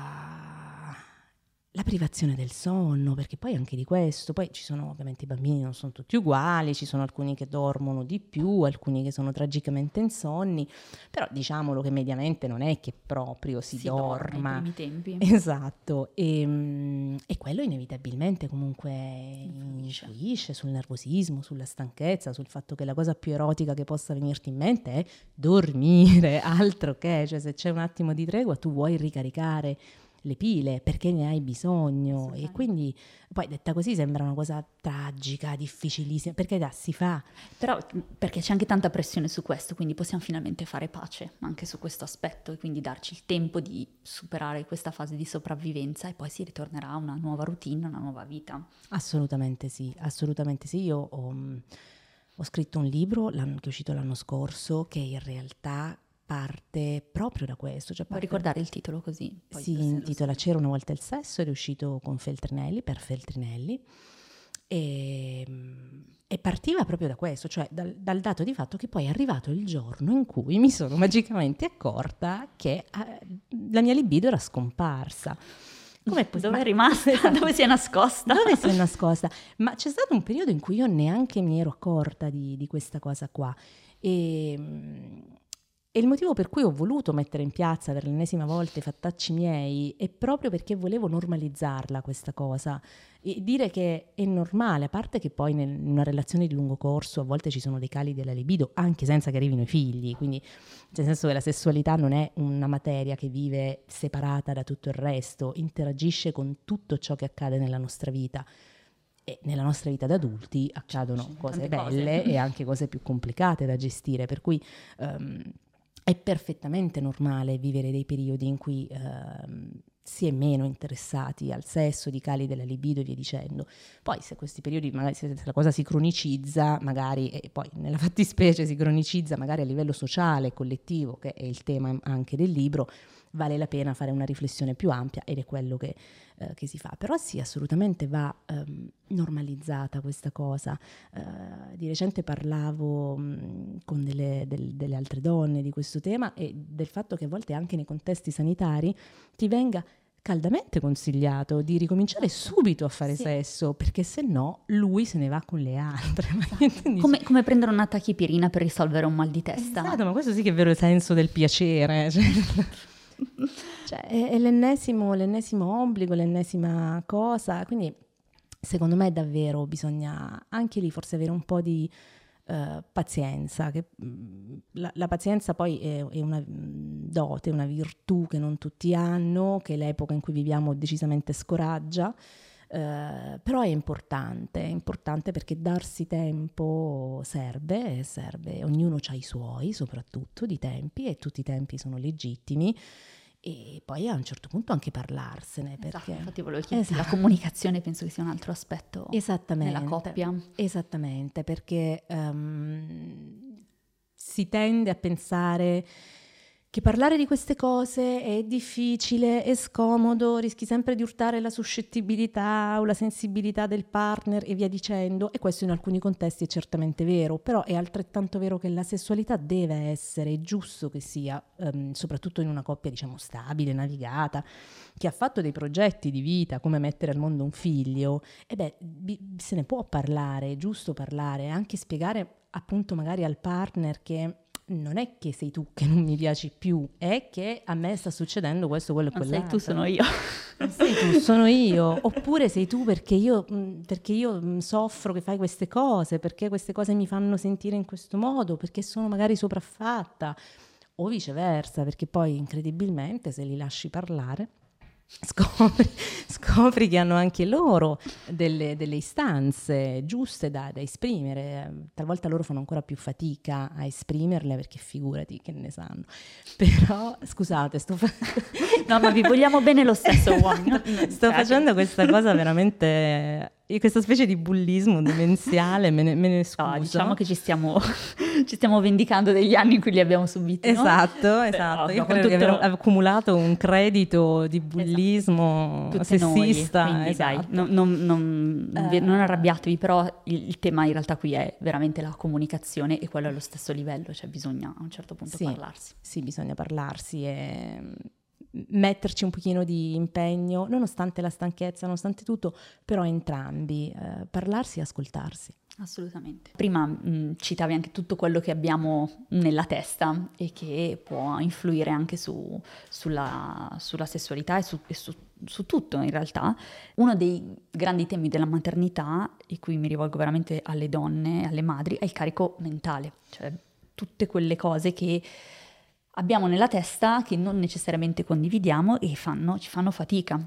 la privazione del sonno, perché poi anche di questo, poi ci sono ovviamente i bambini non sono tutti uguali, ci sono alcuni che dormono di più, alcuni che sono tragicamente insonni, però diciamolo che mediamente non è che proprio si, si dorma nei primi tempi. Esatto, e, e quello inevitabilmente comunque influisce sul nervosismo, sulla stanchezza, sul fatto che la cosa più erotica che possa venirti in mente è dormire, altro che, cioè se c'è un attimo di tregua tu vuoi ricaricare le pile perché ne hai bisogno, e quindi poi detta così sembra una cosa tragica, difficilissima, perché da si fa, però perché c'è anche tanta pressione su questo, quindi possiamo finalmente fare pace anche su questo aspetto e quindi darci il tempo di superare questa fase di sopravvivenza e poi si ritornerà a una nuova routine, una nuova vita. Assolutamente sì, assolutamente sì. Io ho Ho scritto un libro che è uscito l'anno scorso che in realtà parte proprio da questo. Cioè Puoi ricordare il titolo così? Poi si intitola C'era una volta il sesso ed è uscito con Feltrinelli, per Feltrinelli. E, e partiva proprio da questo, cioè dal, dal dato di fatto che poi è arrivato il giorno in cui mi sono magicamente accorta che eh, la mia libido era scomparsa. Come poss- Dove è rimasta? Dove si è nascosta? Dove si è nascosta? Ma c'è stato un periodo in cui io neanche mi ero accorta di, di questa cosa qua. E, e il motivo per cui ho voluto mettere in piazza per l'ennesima volta i fattacci miei è proprio perché volevo normalizzarla questa cosa. E dire che è normale, a parte che poi nel, in una relazione di lungo corso a volte ci sono dei cali della libido anche senza che arrivino i figli, quindi nel senso che la sessualità non è una materia che vive separata da tutto il resto, interagisce con tutto ciò che accade nella nostra vita. E nella nostra vita da adulti accadono cose belle cose. E anche cose più complicate da gestire, per cui um, è perfettamente normale vivere dei periodi in cui um, si è meno interessati al sesso, di cali della libido e via dicendo. Poi se questi periodi, magari se la cosa si cronicizza, magari, e poi nella fattispecie si cronicizza magari a livello sociale, collettivo, che è il tema anche del libro, vale la pena fare una riflessione più ampia ed è quello che, eh, che si fa. Però sì, assolutamente va ehm, normalizzata questa cosa. Eh, di recente parlavo mh, con delle, del, delle altre donne di questo tema e del fatto che a volte anche nei contesti sanitari ti venga caldamente consigliato di ricominciare subito a fare sì. sesso, perché se no lui se ne va con le altre. come, come prendere una tachipirina per risolvere un mal di testa. Esatto, ma questo sì che è vero il senso del piacere, cioè, cioè è, è l'ennesimo, l'ennesimo obbligo, l'ennesima cosa, quindi secondo me davvero bisogna anche lì forse avere un po' di Uh, pazienza, che mh, la, la pazienza poi è, è una dote, una virtù che non tutti hanno, che l'epoca in cui viviamo decisamente scoraggia, uh, però è importante, è importante perché darsi tempo serve, serve, ognuno ha i suoi soprattutto di tempi e tutti i tempi sono legittimi. E poi a un certo punto anche parlarsene, perché esatto, infatti volevo chiedere, esatto. La comunicazione penso che sia un altro aspetto nella coppia. Esattamente, perché um, si tende a pensare che parlare di queste cose è difficile, è scomodo, rischi sempre di urtare la suscettibilità o la sensibilità del partner e via dicendo, e questo in alcuni contesti è certamente vero, però è altrettanto vero che la sessualità deve essere, è giusto che sia, um, soprattutto in una coppia diciamo stabile, navigata, che ha fatto dei progetti di vita come mettere al mondo un figlio, e beh, bi- se ne può parlare, è giusto parlare, anche spiegare appunto magari al partner che non è che sei tu che non mi piaci più, è che a me sta succedendo questo, quello e quell'altro. Sei tu, sono io. Sei tu, sono io. Oppure sei tu perché io, perché io soffro che fai queste cose, perché queste cose mi fanno sentire in questo modo, perché sono magari sopraffatta, o viceversa, perché poi incredibilmente se li lasci parlare Scopri, scopri che hanno anche loro delle, delle istanze giuste da, da esprimere. Talvolta loro fanno ancora più fatica a esprimerle perché figurati che ne sanno. Però scusate, sto fa- no, ma vi vogliamo bene lo stesso uomini. Sto facendo questa cosa veramente, questa specie di bullismo demenziale, me ne, me ne scuso. No, diciamo che ci stiamo, ci stiamo vendicando degli anni in cui li abbiamo subiti. Esatto, no? esatto. Beh, Io credo tutto... di aver accumulato un credito di bullismo. Esatto. Sessista, noi, quindi esatto. dai, non, non, non, non, uh, non arrabbiatevi, però il, il tema in realtà qui è veramente la comunicazione e quello è allo stesso livello, cioè bisogna a un certo punto sì, parlarsi. Sì, bisogna parlarsi e metterci un pochino di impegno, nonostante la stanchezza, nonostante tutto, però entrambi, eh, parlarsi e ascoltarsi. Assolutamente. Prima mh, citavi anche tutto quello che abbiamo nella testa e che può influire anche su, sulla, sulla sessualità e, su, e su, su tutto in realtà. Uno dei grandi temi della maternità, e qui mi rivolgo veramente alle donne, alle madri, è il carico mentale, cioè tutte quelle cose che abbiamo nella testa che non necessariamente condividiamo e fanno, ci fanno fatica.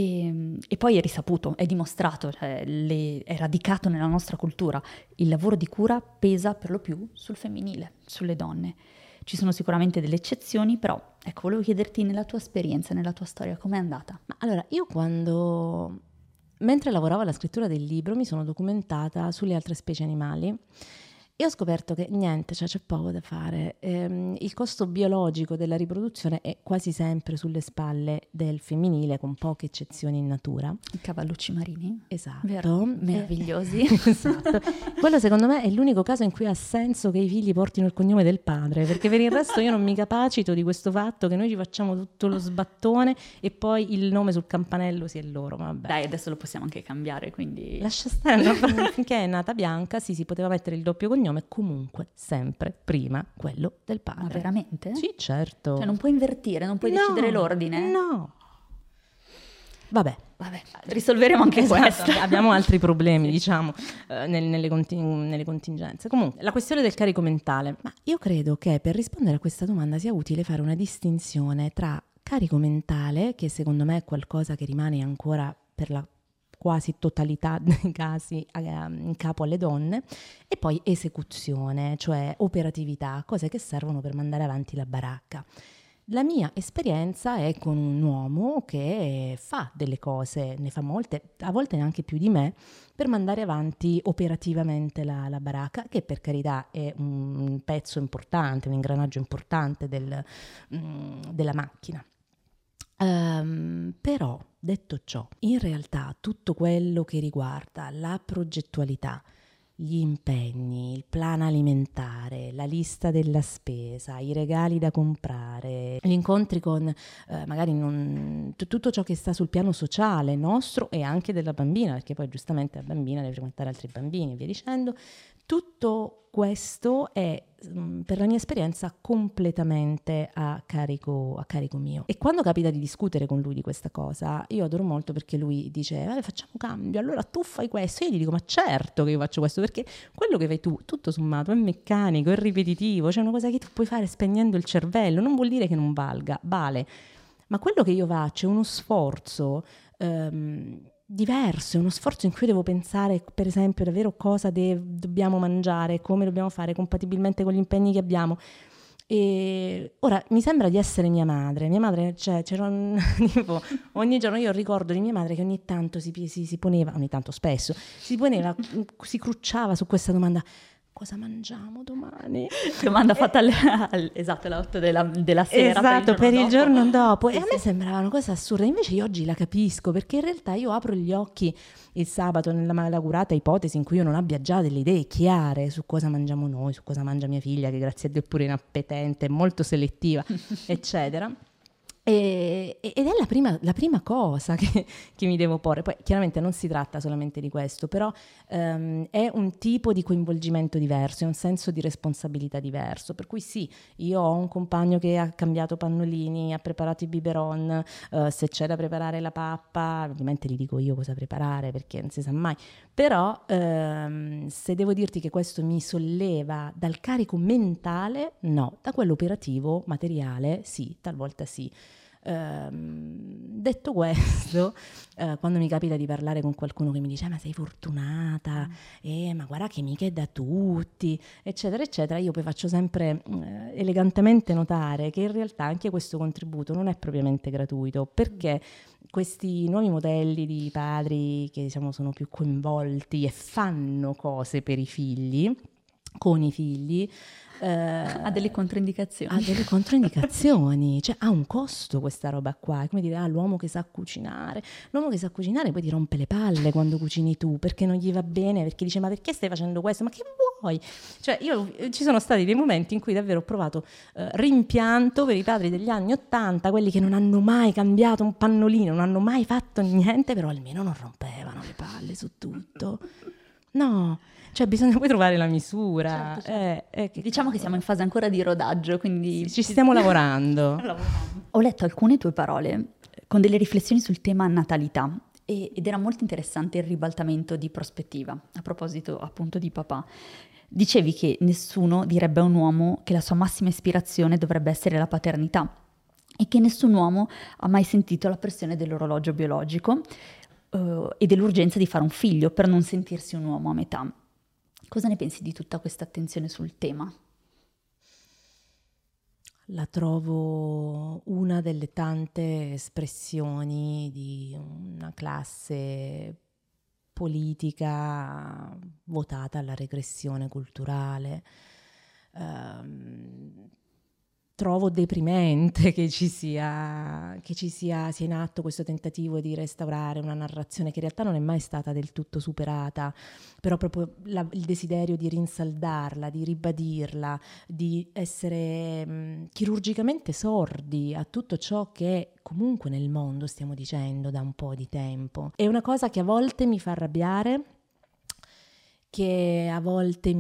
E, e poi è risaputo, è dimostrato, cioè le, è radicato nella nostra cultura. Il lavoro di cura pesa per lo più sul femminile, sulle donne. Ci sono sicuramente delle eccezioni, però ecco, volevo chiederti nella tua esperienza, nella tua storia, com'è andata? Ma allora, io quando, mentre lavoravo alla scrittura del libro, mi sono documentata sulle altre specie animali E ho scoperto che niente, cioè c'è poco da fare. Ehm, il costo biologico della riproduzione è quasi sempre sulle spalle del femminile, con poche eccezioni in natura. I cavallucci marini. Esatto. Vero? Meravigliosi. Eh, esatto. Quello secondo me è l'unico caso in cui ha senso che i figli portino il cognome del padre, perché per il resto io non mi capacito di questo fatto che noi ci facciamo tutto lo sbattone e poi il nome sul campanello sia il loro. Vabbè. Dai, adesso lo possiamo anche cambiare, quindi... Lascia stare, no? Finché è nata Bianca, sì, si poteva mettere il doppio cognome, comunque sempre prima quello del padre. Ma veramente? Sì, certo. Cioè non puoi invertire, non puoi no, decidere l'ordine? No. Vabbè. Vabbè, risolveremo anche esatto, questo. Abbiamo altri problemi, sì. diciamo, eh, nel, nelle, conting- nelle contingenze. Comunque, la questione del carico mentale. Ma io credo che per rispondere a questa domanda sia utile fare una distinzione tra carico mentale, che secondo me è qualcosa che rimane ancora per la quasi totalità dei casi in capo alle donne, e poi esecuzione, cioè operatività, cose che servono per mandare avanti la baracca. La mia esperienza è con un uomo che fa delle cose, ne fa molte, a volte neanche più di me, per mandare avanti operativamente la, la baracca, che per carità è un pezzo importante, un ingranaggio importante del, mm, della macchina. Um, però, detto ciò, in realtà tutto quello che riguarda la progettualità, gli impegni, il plan alimentare, la lista della spesa, i regali da comprare, gli incontri con eh, magari non, t- tutto ciò che sta sul piano sociale nostro e anche della bambina, perché poi giustamente la bambina deve frequentare altri bambini e via dicendo, tutto questo è per la mia esperienza completamente a carico, a carico mio. E quando capita di discutere con lui di questa cosa, io adoro molto, perché lui dice vabbè, facciamo cambio, allora tu fai questo. Io gli dico ma certo che io faccio questo, perché quello che fai tu tutto sommato è meccanico, è ripetitivo, cioè una cosa che tu puoi fare spegnendo il cervello, non vuol dire che non valga, vale, ma quello che io faccio è uno sforzo um, diverso, è uno sforzo in cui devo pensare, per esempio, davvero cosa de- dobbiamo mangiare, come dobbiamo fare compatibilmente con gli impegni che abbiamo. E ora mi sembra di essere mia madre. Mia madre, cioè, c'era un, tipo, ogni giorno io ricordo di mia madre che ogni tanto si, si, si poneva, ogni tanto spesso, si poneva, si crucciava su questa domanda: cosa mangiamo domani? Domanda fatta alle, al, esatto, alle otto della, della sera. Esatto, per il giorno dopo. Per il giorno dopo. E a me sembrava una cosa assurda, invece io oggi la capisco, perché in realtà io apro gli occhi il sabato nella malaugurata ipotesi in cui io non abbia già delle idee chiare su cosa mangiamo noi, su cosa mangia mia figlia, che grazie a Dio è pure inappetente, molto selettiva, eccetera. E, ed è la prima, la prima cosa che, che mi devo porre. Poi chiaramente non si tratta solamente di questo, però um, è un tipo di coinvolgimento diverso, è un senso di responsabilità diverso, per cui sì, io ho un compagno che ha cambiato pannolini, ha preparato i biberon, uh, se c'è da preparare la pappa ovviamente gli dico io cosa preparare, perché non si sa mai, però um, se devo dirti che questo mi solleva dal carico mentale, no, da quello operativo, materiale, sì, talvolta sì. Uh, detto questo, uh, quando mi capita di parlare con qualcuno che mi dice ma sei fortunata, mm. eh, ma guarda che mica è da tutti, eccetera eccetera, io poi faccio sempre uh, elegantemente notare che in realtà anche questo contributo non è propriamente gratuito, perché questi nuovi modelli di padri che diciamo sono più coinvolti e fanno cose per i figli, con i figli, Eh, ha delle controindicazioni. Ha delle controindicazioni, cioè ha un costo questa roba qua, è come dire, ah, l'uomo che sa cucinare, l'uomo che sa cucinare poi ti rompe le palle quando cucini tu, perché non gli va bene, perché dice ma perché stai facendo questo, ma che vuoi? Cioè io, ci sono stati dei momenti in cui davvero ho provato eh, rimpianto per i padri degli anni ottanta, quelli che non hanno mai cambiato un pannolino, non hanno mai fatto niente, però almeno non rompevano le palle su tutto. No, cioè bisogna poi trovare la misura. Certo, certo. Eh, eh, che diciamo cavolo. che siamo in fase ancora di rodaggio, quindi ci stiamo lavorando. Ho letto alcune tue parole con delle riflessioni sul tema natalità e, ed era molto interessante il ribaltamento di prospettiva, a proposito appunto di papà. Dicevi che nessuno direbbe a un uomo che la sua massima ispirazione dovrebbe essere la paternità e che nessun uomo ha mai sentito la pressione dell'orologio biologico uh, e dell'urgenza di fare un figlio per non sentirsi un uomo a metà. Cosa ne pensi di tutta questa attenzione sul tema? La trovo una delle tante espressioni di una classe politica votata alla regressione culturale. Um, trovo deprimente che ci sia che ci sia, sia in atto questo tentativo di restaurare una narrazione che in realtà non è mai stata del tutto superata, però proprio la, il desiderio di rinsaldarla, di ribadirla, di essere mh, chirurgicamente sordi a tutto ciò che comunque nel mondo stiamo dicendo da un po' di tempo. È una cosa che a volte mi fa arrabbiare, che a volte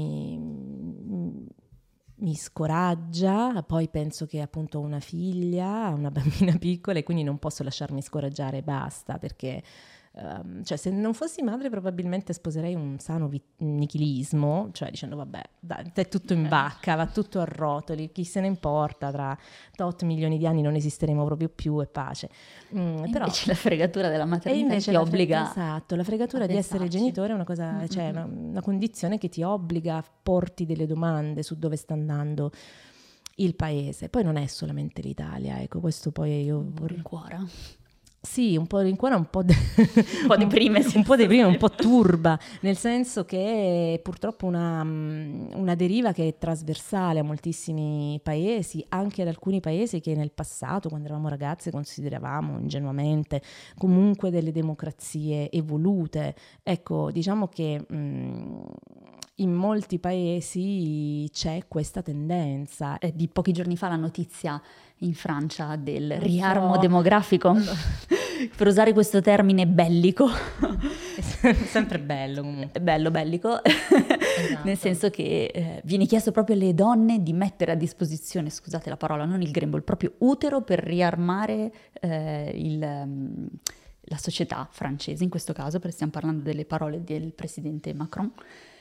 mi... mi scoraggia, poi penso che appunto ho una figlia, una bambina piccola e quindi non posso lasciarmi scoraggiare e basta, perché um, cioè se non fossi madre probabilmente sposerei un sano vi- nichilismo, cioè dicendo vabbè, dai, è tutto in vacca, va tutto a rotoli, chi se ne importa, tra tot milioni di anni non esisteremo proprio più e pace. Mm, però invece la fregatura della maternità ti la obbliga fre- esatto, la fregatura di essere genitore è una cosa, mm-hmm. cioè una, una condizione che ti obbliga a porti delle domande su dove sta andando il paese. Poi non è solamente l'Italia, ecco, questo poi io un po' rincuora. Sì, un po' rincuora, un po' de- un po' deprime, un po' deprime, un po' turba, nel senso che è purtroppo una, una deriva che è trasversale a moltissimi paesi, anche ad alcuni paesi che nel passato, quando eravamo ragazze, consideravamo ingenuamente comunque delle democrazie evolute. Ecco, diciamo che mh, in molti paesi c'è questa tendenza. È di pochi giorni fa la notizia in Francia del riarmo so. demografico, per usare questo termine bellico. È sempre bello comunque. È bello, bellico, esatto. Nel senso che eh, viene chiesto proprio alle donne di mettere a disposizione, scusate la parola, non il grembo, il proprio utero per riarmare eh, il... Um, la società francese, in questo caso, perché stiamo parlando delle parole del presidente Macron.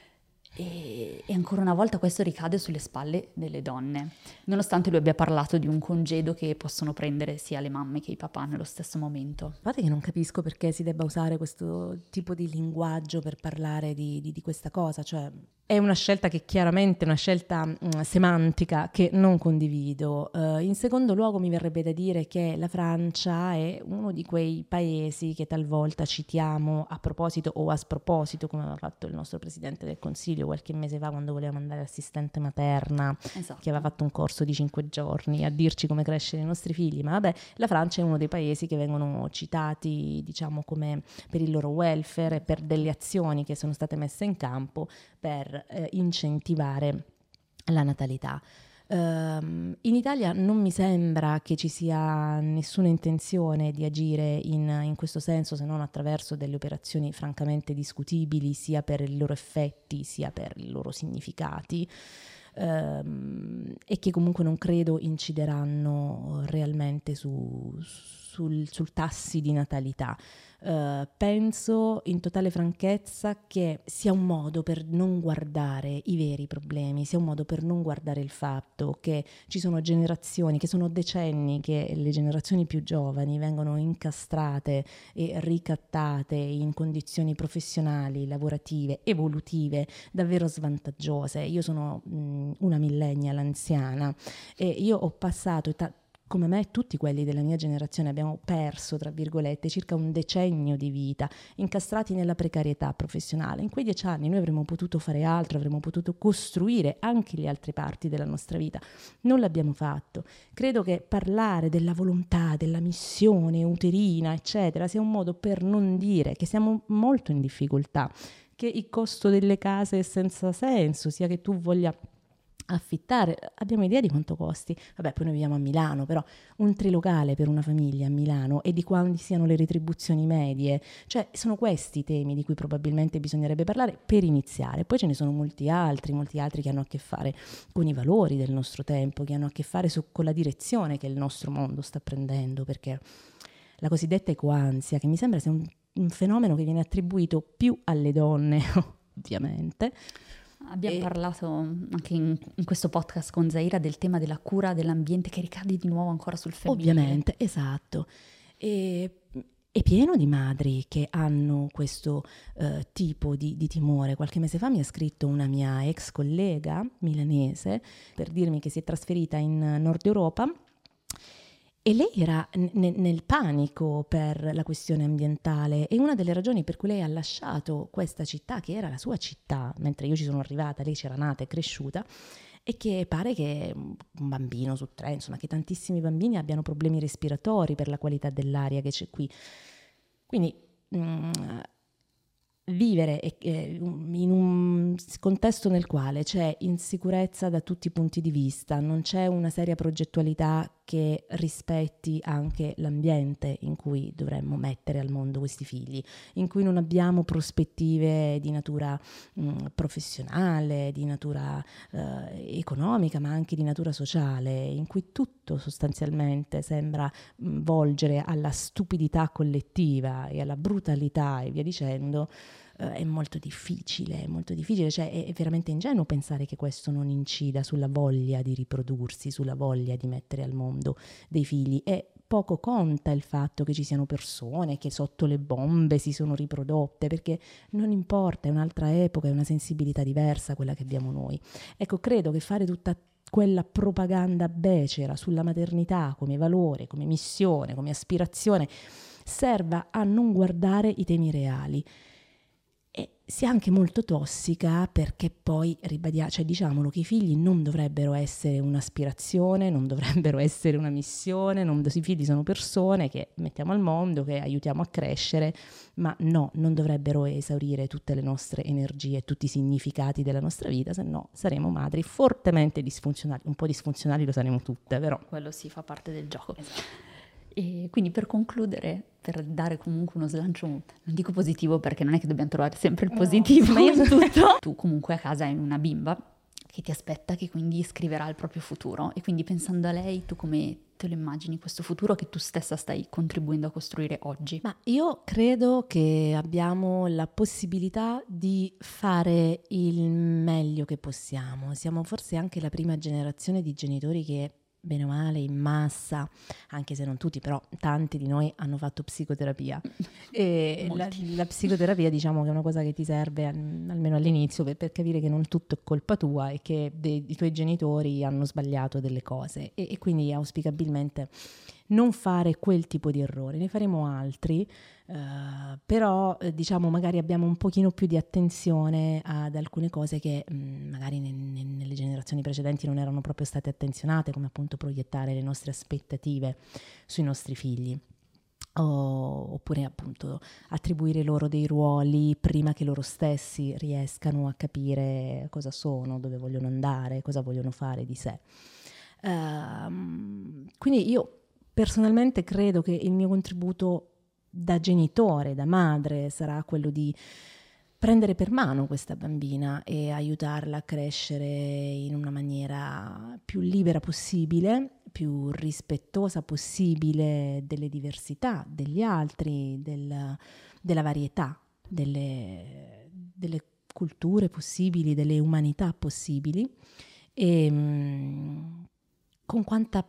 E, e ancora una volta questo ricade sulle spalle delle donne, nonostante lui abbia parlato di un congedo che possono prendere sia le mamme che i papà nello stesso momento. Guarda che non capisco perché si debba usare questo tipo di linguaggio per parlare di, di, di questa cosa, cioè è una scelta che chiaramente è una scelta mh, semantica che non condivido. Uh, in secondo luogo mi verrebbe da dire che la Francia è uno di quei paesi che talvolta citiamo a proposito o a sproposito, come aveva fatto il nostro Presidente del Consiglio qualche mese fa quando voleva mandare l'assistente materna, esatto. che aveva fatto un corso di cinque giorni a dirci come crescere i nostri figli. Ma vabbè, la Francia è uno dei paesi che vengono citati, diciamo, come per il loro welfare e per delle azioni che sono state messe in campo per Eh, incentivare la natalità. Uh, in Italia non mi sembra che ci sia nessuna intenzione di agire in, in questo senso, se non attraverso delle operazioni francamente discutibili, sia per i loro effetti sia per i loro significati, uh, e che comunque non credo incideranno realmente su, sul, sul tassi di natalità. Uh, penso in totale franchezza che sia un modo per non guardare i veri problemi, sia un modo per non guardare il fatto che ci sono generazioni, che sono decenni che le generazioni più giovani vengono incastrate e ricattate in condizioni professionali, lavorative, evolutive davvero svantaggiose. Io sono mh, una millennial anziana e io ho passato ta- come me tutti quelli della mia generazione abbiamo perso, tra virgolette, circa un decennio di vita, incastrati nella precarietà professionale. In quei dieci anni noi avremmo potuto fare altro, avremmo potuto costruire anche le altre parti della nostra vita. Non l'abbiamo fatto. Credo che parlare della volontà, della missione uterina, eccetera, sia un modo per non dire che siamo molto in difficoltà, che il costo delle case è senza senso, sia che tu voglia affittare, abbiamo idea di quanto costi? Vabbè, poi noi viviamo a Milano, però un trilocale per una famiglia a Milano e di quali siano le retribuzioni medie, cioè sono questi i temi di cui probabilmente bisognerebbe parlare per iniziare. Poi ce ne sono molti altri, molti altri che hanno a che fare con i valori del nostro tempo, che hanno a che fare su, con la direzione che il nostro mondo sta prendendo, perché la cosiddetta ecoansia, che mi sembra sia un, un fenomeno che viene attribuito più alle donne, ovviamente. Abbiamo e... parlato anche in, in questo podcast con Zaira del tema della cura dell'ambiente che ricade di nuovo ancora sul femminile. Ovviamente, esatto. E, è pieno di madri che hanno questo uh, tipo di, di timore. Qualche mese fa mi ha scritto una mia ex collega milanese per dirmi che si è trasferita in Nord Europa E lei era n- nel panico per la questione ambientale, e una delle ragioni per cui lei ha lasciato questa città, che era la sua città, mentre io ci sono arrivata, lei c'era nata e cresciuta, e che pare che un bambino su tre, insomma, che tantissimi bambini abbiano problemi respiratori per la qualità dell'aria che c'è qui. Quindi mh, vivere eh, in un contesto nel quale c'è insicurezza da tutti i punti di vista, non c'è una seria progettualità che rispetti anche l'ambiente in cui dovremmo mettere al mondo questi figli, in cui non abbiamo prospettive di natura mh, professionale, di natura eh, economica, ma anche di natura sociale, in cui tutto sostanzialmente sembra mh, volgere alla stupidità collettiva e alla brutalità e via dicendo. È molto difficile, è molto difficile, cioè è, è veramente ingenuo pensare che questo non incida sulla voglia di riprodursi, sulla voglia di mettere al mondo dei figli. E poco conta il fatto che ci siano persone che sotto le bombe si sono riprodotte, perché non importa, è un'altra epoca, è una sensibilità diversa quella che abbiamo noi. Ecco, credo che fare tutta quella propaganda becera sulla maternità come valore, come missione, come aspirazione, serva a non guardare i temi reali. E sia anche molto tossica, perché poi ribadiamo, cioè diciamolo, che i figli non dovrebbero essere un'aspirazione, non dovrebbero essere una missione, non, i figli sono persone che mettiamo al mondo, che aiutiamo a crescere, ma no, non dovrebbero esaurire tutte le nostre energie, tutti i significati della nostra vita, se no saremo madri fortemente disfunzionali. Un po' disfunzionali lo saremo tutte, però quello sì, fa parte del gioco. Esatto. E quindi per concludere, per dare comunque uno slancio, non dico positivo perché non è che dobbiamo trovare sempre il positivo, no, ma io in tutto. Tu comunque a casa hai una bimba che ti aspetta, che quindi scriverà il proprio futuro, e quindi pensando a lei, tu come te lo immagini questo futuro che tu stessa stai contribuendo a costruire oggi? Ma io credo che abbiamo la possibilità di fare il meglio che possiamo. Siamo forse anche la prima generazione di genitori che, bene o male, in massa, anche se non tutti, però tanti di noi hanno fatto psicoterapia. E la, la psicoterapia, diciamo che è una cosa che ti serve almeno all'inizio per, per capire che non tutto è colpa tua e che dei, i tuoi genitori hanno sbagliato delle cose, e, e quindi auspicabilmente non fare quel tipo di errori. Ne faremo altri, Uh, però eh, diciamo magari abbiamo un pochino più di attenzione ad alcune cose che mh, magari ne, ne, nelle generazioni precedenti non erano proprio state attenzionate, come appunto proiettare le nostre aspettative sui nostri figli, o, oppure appunto attribuire loro dei ruoli prima che loro stessi riescano a capire cosa sono, dove vogliono andare, cosa vogliono fare di sé. Uh, quindi io personalmente credo che il mio contributo da genitore, da madre, sarà quello di prendere per mano questa bambina e aiutarla a crescere in una maniera più libera possibile, più rispettosa possibile delle diversità degli altri, del, della varietà, delle, delle culture possibili, delle umanità possibili, e mh, con quanta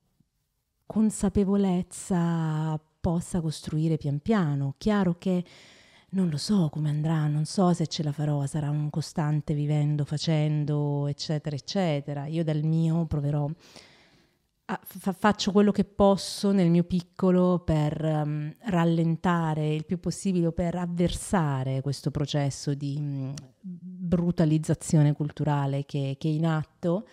consapevolezza possa costruire pian piano. Chiaro che non lo so come andrà, non so se ce la farò, sarà un costante vivendo, facendo, eccetera, eccetera. Io dal mio proverò, a, fa, faccio quello che posso nel mio piccolo per um, rallentare il più possibile, per avversare questo processo di um, brutalizzazione culturale che, che è in atto,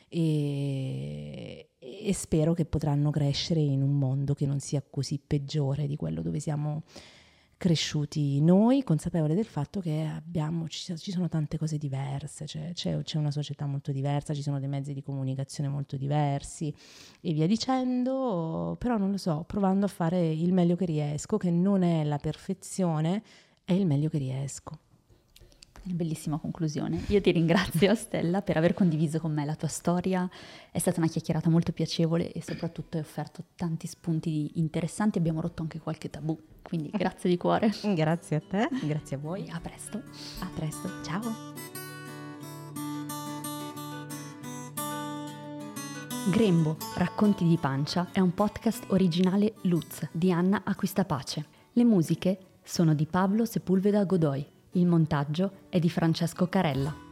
e, e spero che potranno crescere in un mondo che non sia così peggiore di quello dove siamo cresciuti noi, consapevoli del fatto che abbiamo, ci, ci sono tante cose diverse, cioè, c'è, c'è una società molto diversa, ci sono dei mezzi di comunicazione molto diversi e via dicendo, però non lo so, provando a fare il meglio che riesco, che non è la perfezione, è il meglio che riesco. Bellissima conclusione. Io ti ringrazio, Stella, per aver condiviso con me la tua storia. È stata una chiacchierata molto piacevole e soprattutto hai offerto tanti spunti interessanti. Abbiamo rotto anche qualche tabù, quindi grazie di cuore. Grazie a te, grazie a voi. E a presto. A presto, ciao. Grembo, racconti di pancia è un podcast originale Lutz di Anna Acquistapace. Le musiche sono di Pablo Sepulveda Godoy. Il montaggio è di Francesco Carella.